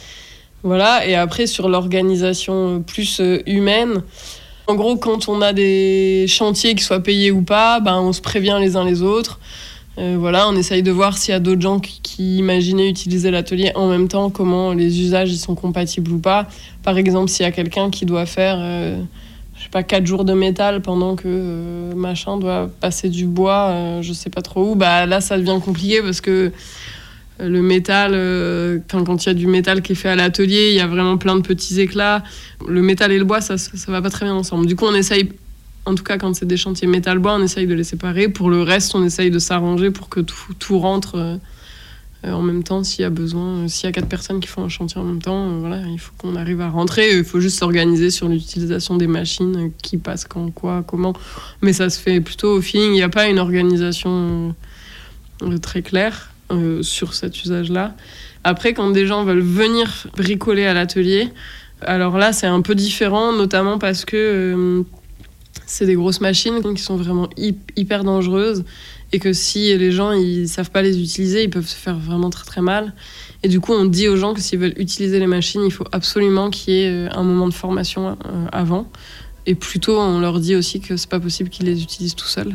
Voilà. Et après, sur l'organisation plus euh, humaine, en gros, quand on a des chantiers qui soient payés ou pas, ben, on se prévient les uns les autres. Euh, voilà, on essaye de voir s'il y a d'autres gens qui, qui imaginaient utiliser l'atelier en même temps, comment les usages ils sont compatibles ou pas. Par exemple, s'il y a quelqu'un qui doit faire, euh, je sais pas, quatre jours de métal pendant que euh, machin doit passer du bois, euh, je sais pas trop où, bah là ça devient compliqué parce que le métal, euh, quand il y a du métal qui est fait à l'atelier, il y a vraiment plein de petits éclats. Le métal et le bois, ça, ça, ça va pas très bien ensemble. Du coup, on essaye, en tout cas quand c'est des chantiers métal-bois, on essaye de les séparer. Pour le reste, on essaye de s'arranger pour que tout, tout rentre euh, en même temps s'il y a besoin. S'il y a quatre personnes qui font un chantier en même temps, euh, voilà, il faut qu'on arrive à rentrer. Il faut juste s'organiser sur l'utilisation des machines, euh, qui passe quand, quoi, comment. Mais ça se fait plutôt au feeling. Il n'y a pas une organisation euh, très claire. Euh, sur cet usage-là. Après, quand des gens veulent venir bricoler à l'atelier, alors là, c'est un peu différent, notamment parce que euh, c'est des grosses machines qui sont vraiment hyper dangereuses et que si les gens ils savent pas les utiliser, ils peuvent se faire vraiment très très mal. Et du coup, on dit aux gens que s'ils veulent utiliser les machines, il faut absolument qu'il y ait un moment de formation euh, avant. Et plutôt, on leur dit aussi que c'est pas possible qu'ils les utilisent tout seuls.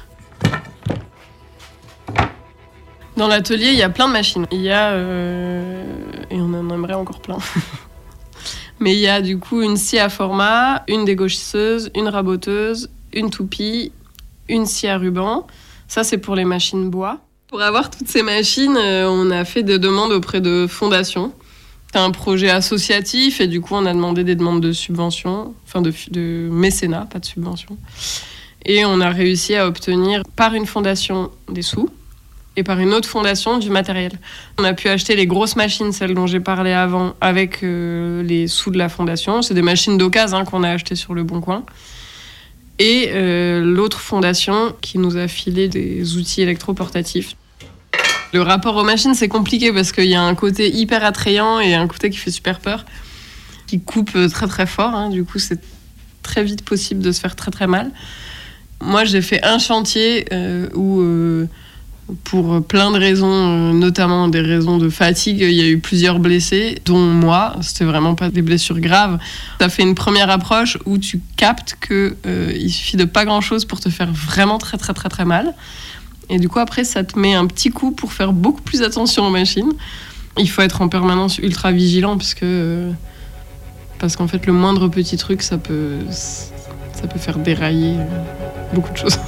Dans l'atelier, il y a plein de machines. Il y a... Euh, et on en aimerait encore plein. Mais il y a du coup une scie à format, une dégauchisseuse, une raboteuse, une toupie, une scie à ruban. Ça, c'est pour les machines bois. Pour avoir toutes ces machines, euh, on a fait des demandes auprès de fondations. C'est un projet associatif et du coup, on a demandé des demandes de subvention, enfin de, de mécénat, pas de subvention. Et on a réussi à obtenir par une fondation des sous et par une autre fondation du matériel. On a pu acheter les grosses machines, celles dont j'ai parlé avant, avec euh, les sous de la fondation. C'est des machines d'occasion hein, qu'on a achetées sur le Bon Coin. Et euh, l'autre fondation qui nous a filé des outils électroportatifs. Le rapport aux machines, c'est compliqué parce qu'il y a un côté hyper attrayant et un côté qui fait super peur, qui coupe très très fort. Hein. Du coup, c'est très vite possible de se faire très très mal. Moi, j'ai fait un chantier euh, où... Euh, pour plein de raisons, notamment des raisons de fatigue, il y a eu plusieurs blessés, dont moi. C'était vraiment pas des blessures graves. Ça fait une première approche où tu captes qu'il euh, suffit de pas grand-chose pour te faire vraiment très très très très mal. Et du coup, après, ça te met un petit coup pour faire beaucoup plus attention aux machines. Il faut être en permanence ultra vigilant parce que, euh, parce qu'en fait, le moindre petit truc, ça peut, ça peut faire dérailler beaucoup de choses.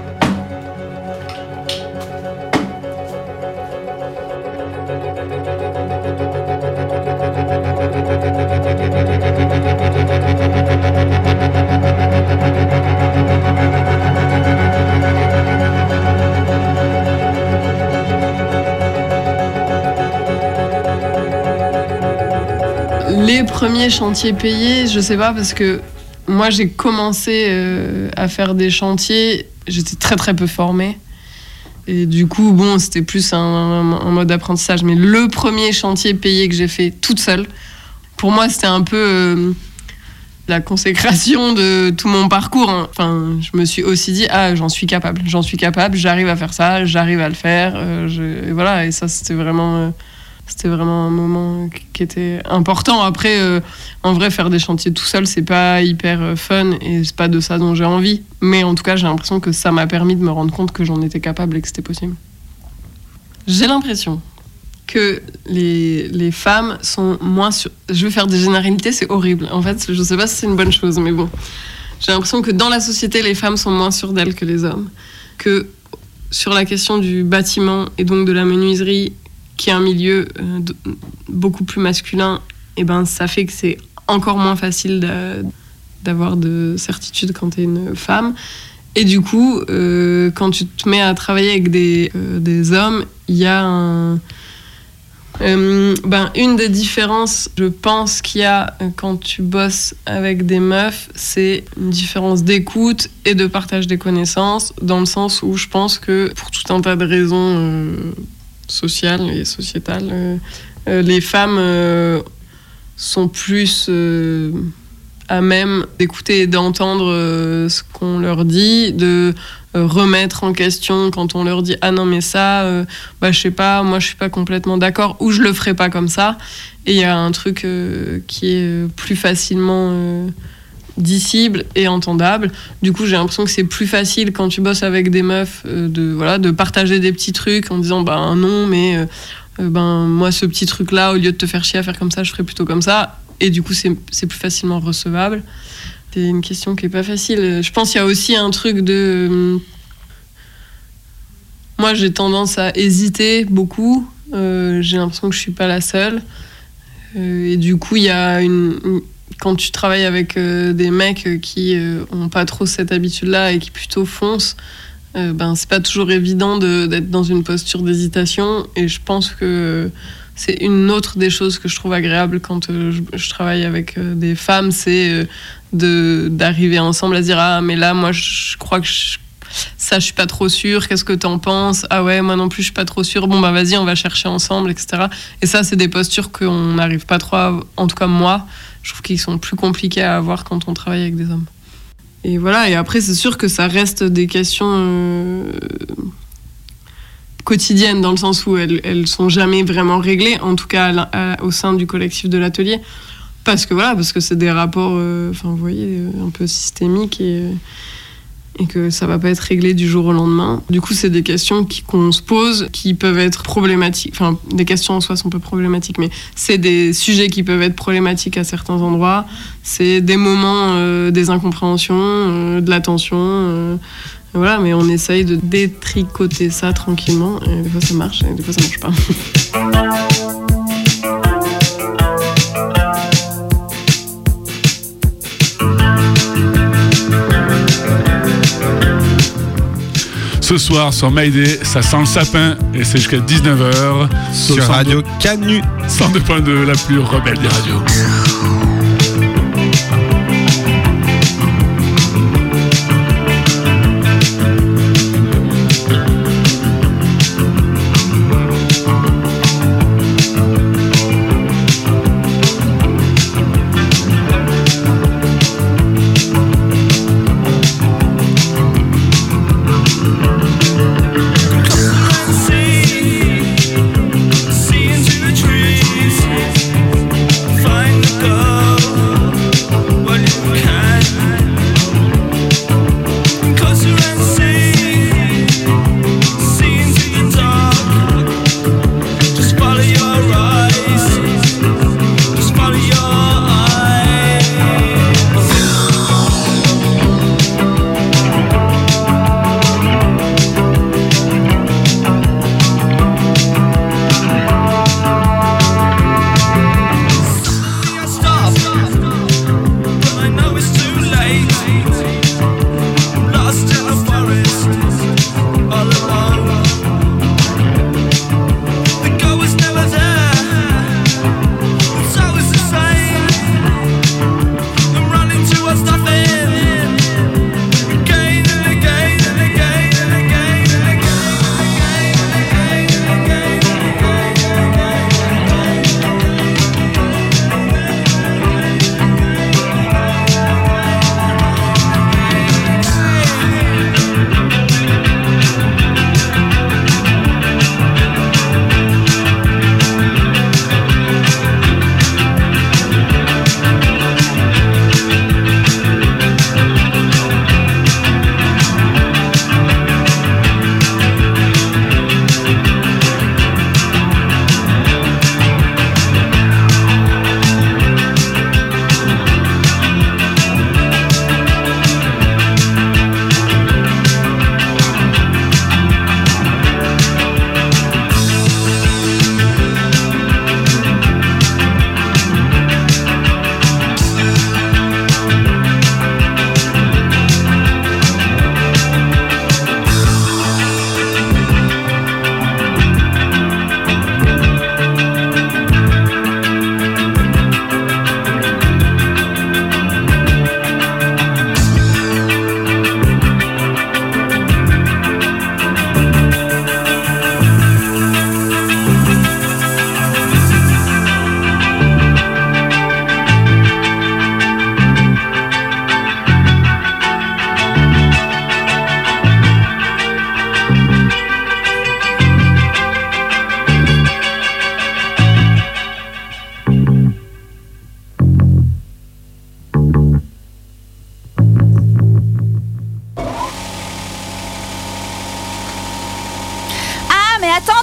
Les premiers chantiers payés, je sais pas, parce que moi j'ai commencé euh, à faire des chantiers, j'étais très très peu formée. Et du coup, bon, c'était plus un, un, un mode d'apprentissage. Mais le premier chantier payé que j'ai fait toute seule, pour moi c'était un peu euh, la consécration de tout mon parcours. Hein. Enfin, je me suis aussi dit, ah, j'en suis capable, j'en suis capable, j'arrive à faire ça, j'arrive à le faire. Euh, je, et voilà, et ça c'était vraiment... Euh, C'était vraiment un moment qui était important. Après, euh, en vrai, faire des chantiers tout seul, c'est pas hyper fun et c'est pas de ça dont j'ai envie. Mais en tout cas, j'ai l'impression que ça m'a permis de me rendre compte que j'en étais capable et que c'était possible. J'ai l'impression que les, les femmes sont moins sur... Je vais faire des généralités, c'est horrible. En fait, je sais pas si c'est une bonne chose, mais bon. J'ai l'impression que dans la société, les femmes sont moins sûres d'elles que les hommes. Que sur la question du bâtiment et donc de la menuiserie, qui est un milieu euh, de, beaucoup plus masculin, et ben, ça fait que c'est encore moins facile de, d'avoir de certitude quand t'es une femme. Et du coup, euh, quand tu te mets à travailler avec des, euh, des hommes, il y a un... Euh, ben, une des différences, je pense, qu'il y a quand tu bosses avec des meufs, c'est une différence d'écoute et de partage des connaissances, dans le sens où je pense que, pour tout un tas de raisons euh, sociales et sociétales, euh, euh, les femmes euh, sont plus... Euh, à même d'écouter et d'entendre euh, ce qu'on leur dit, de euh, remettre en question quand on leur dit « Ah non, mais ça, euh, bah, je sais pas, moi je suis pas complètement d'accord » ou « Je le ferai pas comme ça ». Et il y a un truc euh, qui est plus facilement euh, dissible et entendable. Du coup, j'ai l'impression que c'est plus facile quand tu bosses avec des meufs euh, de, voilà, de partager des petits trucs en disant « Bah non, mais euh, euh, ben, moi ce petit truc-là, au lieu de te faire chier à faire comme ça, je ferais plutôt comme ça ». Et du coup, c'est, c'est plus facilement recevable. C'est une question qui est pas facile. Je pense qu'il y a aussi un truc de... Moi, j'ai tendance à hésiter beaucoup. Euh, j'ai l'impression que je suis pas la seule. Euh, et du coup, il y a une... Quand tu travailles avec euh, des mecs qui euh, ont pas trop cette habitude-là et qui plutôt foncent, euh, ben, c'est pas toujours évident de, d'être dans une posture d'hésitation. Et je pense que... C'est une autre des choses que je trouve agréable quand euh, je, je travaille avec euh, des femmes, c'est euh, de, d'arriver ensemble à se dire « Ah, mais là, moi, je crois que je, ça, je suis pas trop sûre. Qu'est-ce que t'en penses ? Ah ouais, moi non plus, je suis pas trop sûre. Bon, bah vas-y, on va chercher ensemble, et cetera » Et ça, c'est des postures qu'on n'arrive pas trop à... En tout cas, moi, je trouve qu'ils sont plus compliqués à avoir quand on travaille avec des hommes. Et voilà, et après, c'est sûr que ça reste des questions... Euh, quotidiennes, dans le sens où elles, elles sont jamais vraiment réglées, en tout cas à, à, au sein du collectif de l'atelier, parce que voilà, parce que c'est des rapports, enfin euh, vous voyez, un peu systémiques et, et que ça va pas être réglé du jour au lendemain. Du coup, c'est des questions qui, qu'on se pose, qui peuvent être problématiques, enfin des questions en soi sont peu problématiques, mais c'est des sujets qui peuvent être problématiques à certains endroits, c'est des moments, euh, des incompréhensions, euh, de la tension, euh, voilà, mais on essaye de détricoter ça tranquillement. Et des fois ça marche, et des fois ça marche pas. Ce soir sur Mayday, ça sent le sapin et c'est jusqu'à dix-neuf heures sur, sur Radio Canu cent deux point deux, la plus rebelle des radios. See into the trees, find the gold.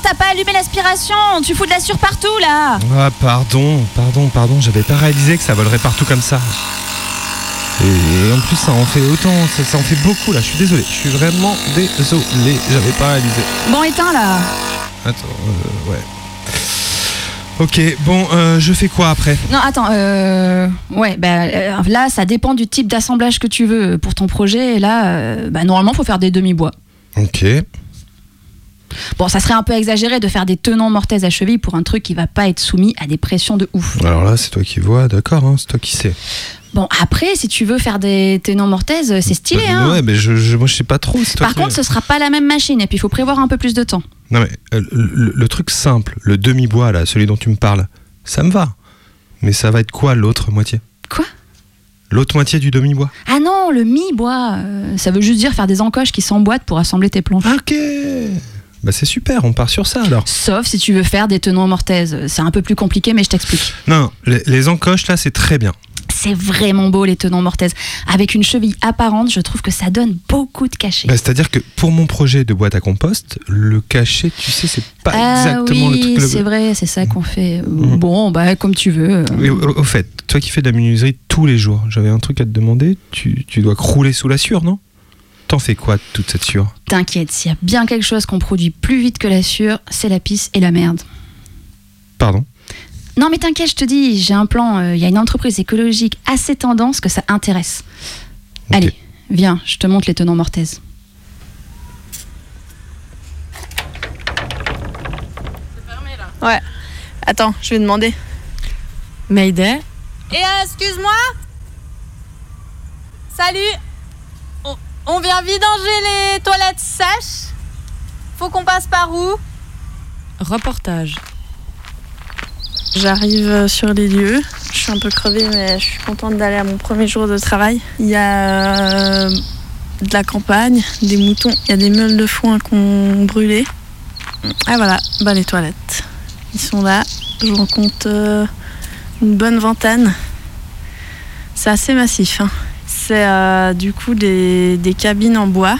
t'as pas allumé l'aspiration? Tu fous de la sueur partout là. Ah pardon, pardon, pardon, j'avais pas réalisé que ça volerait partout comme ça. Et en plus ça en fait autant, ça, ça en fait beaucoup là, je suis désolé, je suis vraiment désolé, j'avais pas réalisé. Bon, éteins là. Attends, euh, ouais. Ok, bon, euh, je fais quoi après? Non, attends, euh... ouais, bah euh, là, ça dépend du type d'assemblage que tu veux pour ton projet. Et là, euh, bah, normalement, faut faire des demi-bois. Ok. Bon, ça serait un peu exagéré de faire des tenants mortaises à cheville pour un truc qui va pas être soumis à des pressions de ouf. Alors là, c'est toi qui vois, d'accord, hein, c'est toi qui sais. Bon, après, si tu veux faire des tenants mortaises, c'est stylé, Euh, hein. Ouais, mais je, je, moi je sais pas trop. c'est toi Par qui- contre, ce sera pas la même machine et puis il faut prévoir un peu plus de temps. Non mais euh, le, le truc simple, le demi-bois là, celui dont tu me parles, ça me va. Mais ça va être quoi l'autre moitié? Quoi? L'autre moitié du demi-bois? Ah non, le mi-bois, euh, ça veut juste dire faire des encoches qui s'emboîtent pour assembler tes planches. Ok. Bah c'est super, on part sur ça alors. Sauf si tu veux faire des tenants mortaises. C'est un peu plus compliqué, mais je t'explique. Non, non, les, les encoches là, c'est très bien. C'est vraiment beau les tenants mortaises. Avec une cheville apparente, je trouve que ça donne beaucoup de cachet. Bah, c'est-à-dire que pour mon projet de boîte à compost, le cachet, tu sais, c'est pas ah exactement oui, le truc. le- c'est vrai, c'est ça qu'on fait. Bon, bah comme tu veux. Et au, au fait, toi qui fais de la menuiserie tous les jours, j'avais un truc à te demander. Tu, tu dois crouler sous la sueur, non? T'en fais quoi de toute cette sueur? T'inquiète, s'il y a bien quelque chose qu'on produit plus vite que la sueur, c'est la pisse et la merde. Pardon? Non mais t'inquiète, je te dis, j'ai un plan. Il y a une entreprise écologique assez tendance que ça intéresse. Allez, viens, je te montre les tenants mortaises. Ouais. Attends, je vais demander. Mayday. Et euh, excuse-moi. Salut. On, on vient vidanger les toilettes sèches. Faut qu'on passe par où? Reportage. J'arrive sur les lieux. Je suis un peu crevée, mais je suis contente d'aller à mon premier jour de travail. Il y a euh, de la campagne, des moutons, il y a des meules de foin qu'on brûlait. Ah voilà, bah les toilettes. Ils sont là. J'en compte euh, une bonne vingtaine. C'est assez massif, hein. C'est euh, du coup des, des cabines en bois.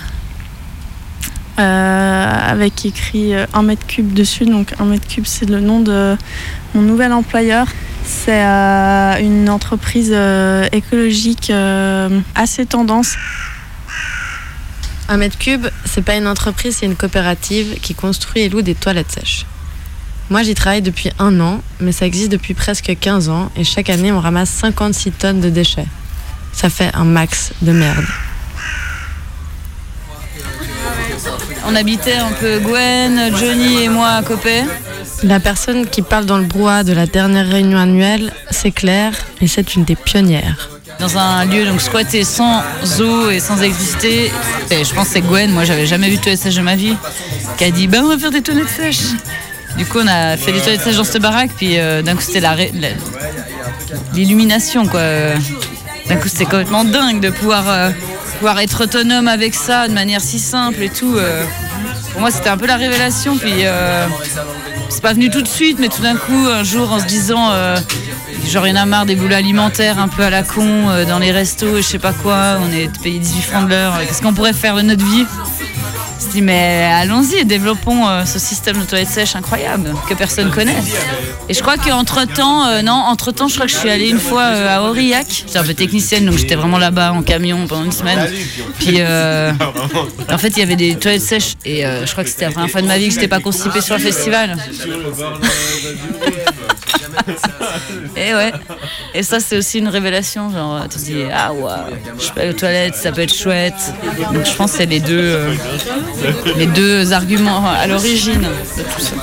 Euh, avec écrit euh, un mètre cube dessus. Donc un mètre cube, c'est le nom de mon nouvel employeur. C'est euh, une entreprise euh, écologique euh, assez tendance. Un mètre cube, c'est pas une entreprise, c'est une coopérative qui construit et loue des toilettes sèches. Moi, j'y travaille depuis un an, mais ça existe depuis presque quinze ans et chaque année, on ramasse cinquante-six tonnes de déchets. Ça fait un max de merde. On habitait un peu Gwen, Johnny et moi à Copé. La personne qui parle dans le brouhaha de la dernière réunion annuelle, c'est Claire, et c'est une des pionnières. Dans un lieu donc squatté sans eau et sans exister. Et je pense que c'est Gwen, moi j'avais jamais vu de toilettes sèches de ma vie, qui a dit bah on va faire des toilettes sèches. Du coup on a fait des toilettes sèches dans cette baraque, puis euh, d'un coup c'était la, ré- la- l'illumination quoi. D'un coup c'était complètement dingue de pouvoir, euh, pouvoir être autonome avec ça de manière si simple et tout. euh. Pour moi c'était un peu la révélation, puis euh, c'est pas venu tout de suite, mais tout d'un coup un jour en se disant euh, genre il y en a marre des boulots alimentaires un peu à la con euh, dans les restos et je sais pas quoi, on est payé dix-huit francs de l'heure, qu'est-ce qu'on pourrait faire de notre vie? Je me dis mais allons-y, développons euh, ce système de toilettes sèches incroyable que personne connaît. Et je crois qu'entre temps, euh, non, entre temps je crois que je suis allée une fois euh, à Aurillac, j'étais un peu technicienne donc j'étais vraiment là-bas en camion pendant une semaine. Puis euh, en fait il y avait des toilettes sèches et euh, je crois que c'était la première fois de ma vie que j'étais pas constipée sur le festival. Et ouais, et ça c'est aussi une révélation, genre tu te dis ah ouais, je peux aller aux toilettes, ça peut être chouette. Donc je pense que c'est les deux, euh, les deux arguments à l'origine de tout ça.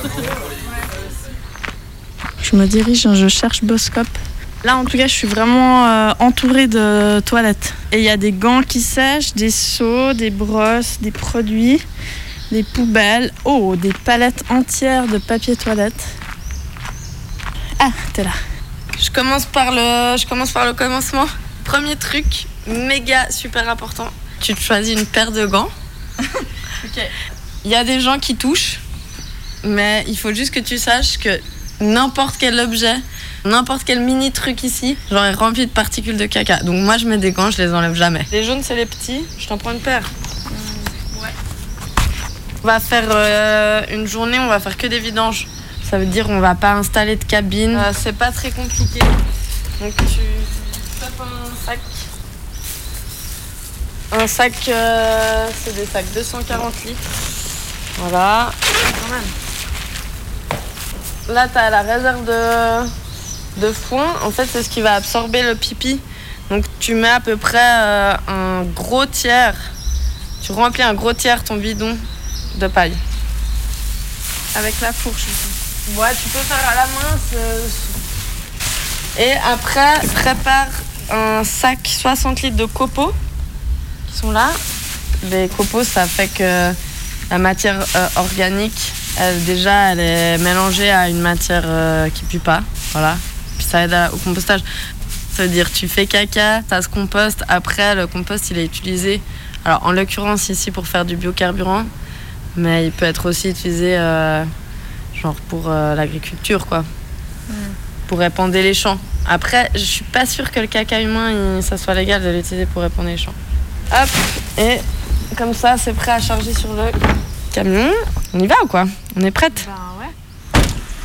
Je me dirige, je cherche Boscop. Là, en tout cas, je suis vraiment euh, entourée de toilettes. Et il y a des gants qui sèchent, des seaux, des brosses, des produits, des poubelles. Oh, des palettes entières de papier toilette. Ah, t'es là. Je commence par le, je commence par le commencement. Premier truc, méga super important. Tu te choisis une paire de gants. Ok. Il y a des gens qui touchent, mais il faut juste que tu saches que n'importe quel objet, n'importe quel mini truc ici, genre est rempli de particules de caca. Donc moi je mets des gants, je les enlève jamais. Les jaunes c'est les petits, je t'en prends une paire. On va faire euh, une journée, on va faire que des vidanges. Ça veut dire on va pas installer de cabine. Euh, c'est pas très compliqué. Donc tu tapes un sac. Un sac, euh, c'est des sacs deux cent quarante litres. Voilà. Quand même. Là, tu as la réserve de, de foin. En fait, c'est ce qui va absorber le pipi. Donc, tu mets à peu près euh, un gros tiers. Tu remplis un gros tiers ton bidon de paille. Avec la fourche. Ouais, tu peux faire à la main. C'est... Et après, prépare un sac soixante litres de copeaux qui sont là. Les copeaux, ça fait que la matière euh, organique, elle, déjà, elle est mélangée à une matière euh, qui pue pas. Voilà. Puis ça aide à, au compostage. Ça veut dire tu fais caca, ça se composte. Après, le compost, il est utilisé. Alors, en l'occurrence, ici, pour faire du biocarburant. Mais il peut être aussi utilisé euh, genre pour euh, l'agriculture, quoi. Mm. Pour répandre les champs. Après, je suis pas sûre que le caca humain, il, ça soit légal de l'utiliser pour répandre les champs. Hop, et comme ça, c'est prêt à charger sur le camion. On y va ou quoi? On est prête? Ben ouais.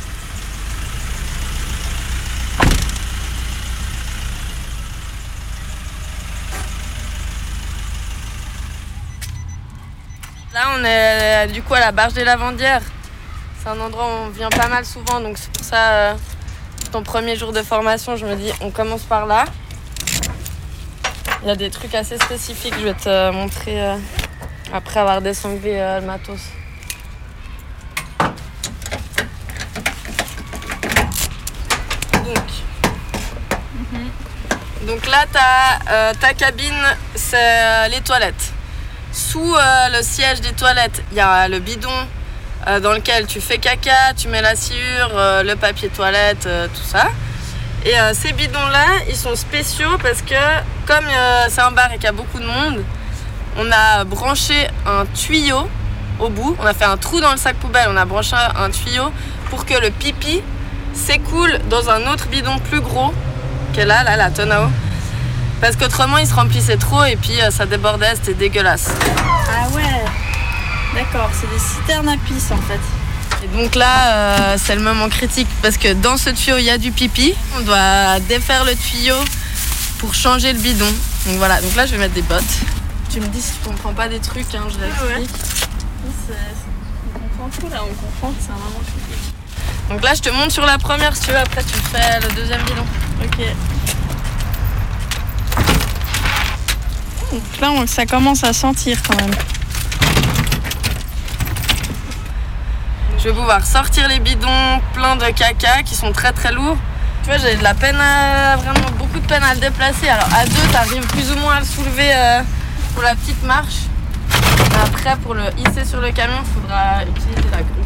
Là, on est du coup à la Barge des Lavandières. C'est un endroit où on vient pas mal souvent, donc c'est pour ça, euh, ton premier jour de formation, je me dis, on commence par là. Il y a des trucs assez spécifiques, je vais te montrer euh, après avoir désanglé euh, le matos. Donc, mm-hmm. Donc là, t'as, euh, ta cabine, c'est euh, les toilettes. Sous euh, le siège des toilettes, il y a le bidon euh, dans lequel tu fais caca, tu mets la sciure, euh, le papier toilette, euh, tout ça. Et euh, ces bidons-là, ils sont spéciaux parce que comme euh, c'est un bar et qu'il y a beaucoup de monde, on a branché un tuyau au bout. On a fait un trou dans le sac poubelle, on a branché un tuyau pour que le pipi s'écoule dans un autre bidon plus gros que là, là, la tonne à eau. Parce qu'autrement, il se remplissait trop et puis euh, ça débordait, c'était dégueulasse. Ah ouais, d'accord, c'est des citernes à pisse en fait. Et donc là, euh, c'est le moment critique parce que dans ce tuyau, il y a du pipi. On doit défaire le tuyau pour changer le bidon. Donc voilà, donc là, je vais mettre des bottes. Tu me dis si tu comprends pas des trucs, hein, je l'explique. Ouais. On comprend tout là, on comprend que c'est un moment critique. Donc là, je te monte sur la première si tu veux, après tu fais le deuxième bidon. Ok. Donc là, on, ça commence à sentir quand même. Je vais pouvoir sortir les bidons pleins de caca qui sont très très lourds. Tu vois, j'ai de la peine à, vraiment beaucoup de peine à le déplacer. Alors à deux, t'arrives plus ou moins à le soulever euh, pour la petite marche. Et après, pour le hisser sur le camion, il faudra utiliser la grue.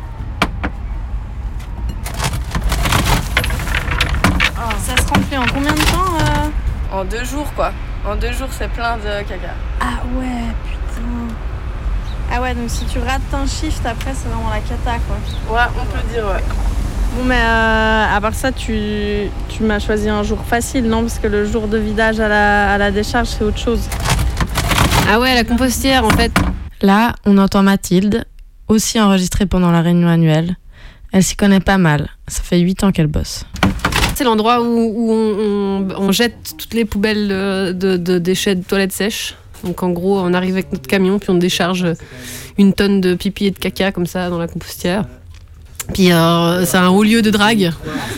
Oh, ça se remplit en combien de temps euh... En deux jours, quoi. En deux jours, c'est plein de caca. Ah ouais, putain. Ah ouais, donc si tu rates un shift, après, c'est vraiment la cata, quoi. Ouais, on peut dire, ouais. Bon, mais euh, à part ça, tu, tu m'as choisi un jour facile, non? Parce que le jour de vidage à la, à la décharge, c'est autre chose. Ah ouais, la compostière, en fait. Là, on entend Mathilde, aussi enregistrée pendant la réunion annuelle. Elle s'y connaît pas mal. Ça fait huit ans qu'elle bosse. C'est l'endroit où, où on, on, on jette toutes les poubelles de, de, de déchets de toilettes sèches. Donc en gros, on arrive avec notre camion, puis on décharge une tonne de pipi et de caca comme ça dans la compostière. Puis euh, c'est un haut lieu de drague.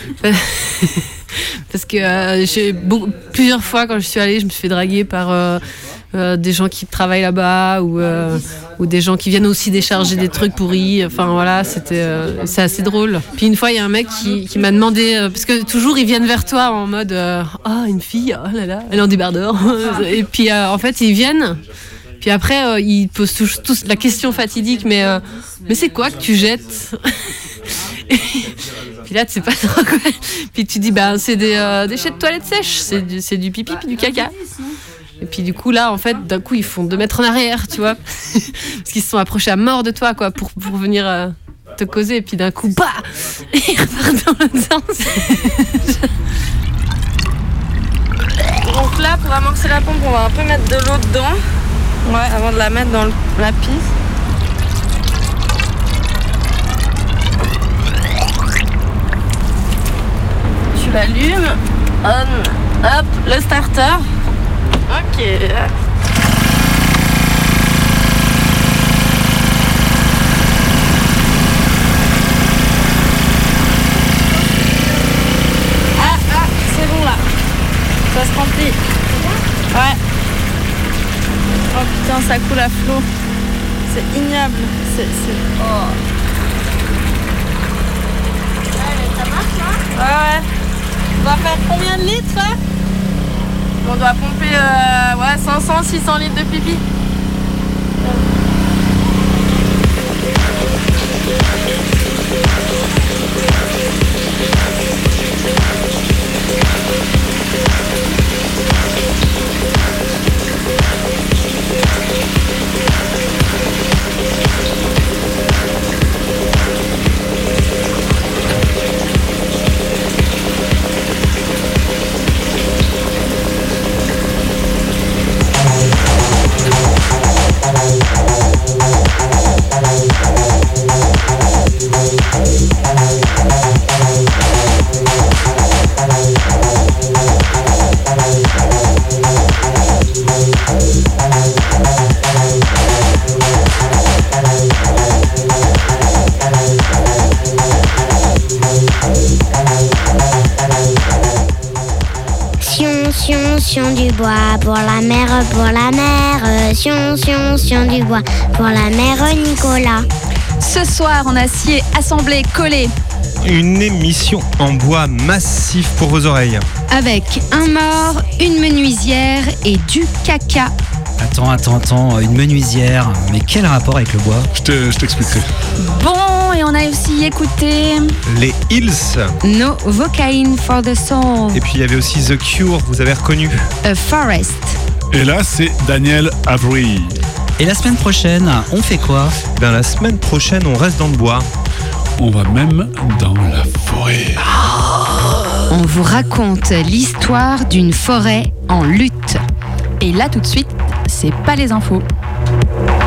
Parce que euh, j'ai beaucoup, plusieurs fois quand je suis allée, je me suis fait draguer par euh, euh, des gens qui travaillent là-bas ou, euh, ou des gens qui viennent aussi décharger des trucs pourris. Enfin voilà, c'était, euh, c'est assez drôle. Puis une fois, il y a un mec qui, qui m'a demandé, euh, parce que toujours ils viennent vers toi en mode euh, ah, une fille, oh là là, elle est en débardeur. Et puis euh, en fait, ils viennent. Puis après, euh, ils posent tous, tous la question fatidique, mais, euh, mais c'est quoi que tu jettes? Puis là, tu sais pas trop quoi. Puis tu dis, bah, c'est des euh, déchets de toilettes sèches, c'est du, c'est du pipi puis du caca. Et puis du coup, là, en fait, d'un coup, ils font deux mètres en arrière, tu vois. Parce qu'ils se sont approchés à mort de toi, quoi, pour, pour venir euh, te causer. Et puis d'un coup, bah, et ils repartent dans l'autre sens. Donc là, pour amorcer la pompe, on va un peu mettre de l'eau dedans. Ouais, avant de la mettre dans le, la pisse. J'allume. On. Hop, le starter. Ok. Ah, ah, c'est bon là. Ça se remplit. Ouais. Oh putain, ça coule à flot. C'est ignoble. C'est. c'est... Oh. Ouais, ça marche là ? Ouais, ouais. On va faire combien de litres là ? On doit pomper euh, ouais, cinq cents à six cents litres de pipi. Sion du bois pour la mère, pour la mère. Sion, sion, sion du bois pour la mère Nicolas. Ce soir, en acier assemblé, collé. Une émission en bois massif pour vos oreilles. Avec un mort, une menuisière et du caca. Attends, attends, attends, une menuisière. Mais quel rapport avec le bois ? Je t'expliquerai. Bon, et on a aussi écouté Les Hills. No Vocaine for the Soul. Et puis il y avait aussi The Cure, vous avez reconnu. A Forest. Et là, c'est Daniel Avery. Et la semaine prochaine, on fait quoi ? Ben, la semaine prochaine, on reste dans le bois. On va même dans la forêt. On vous raconte l'histoire d'une forêt en lutte. Et là, tout de suite, c'est pas les infos.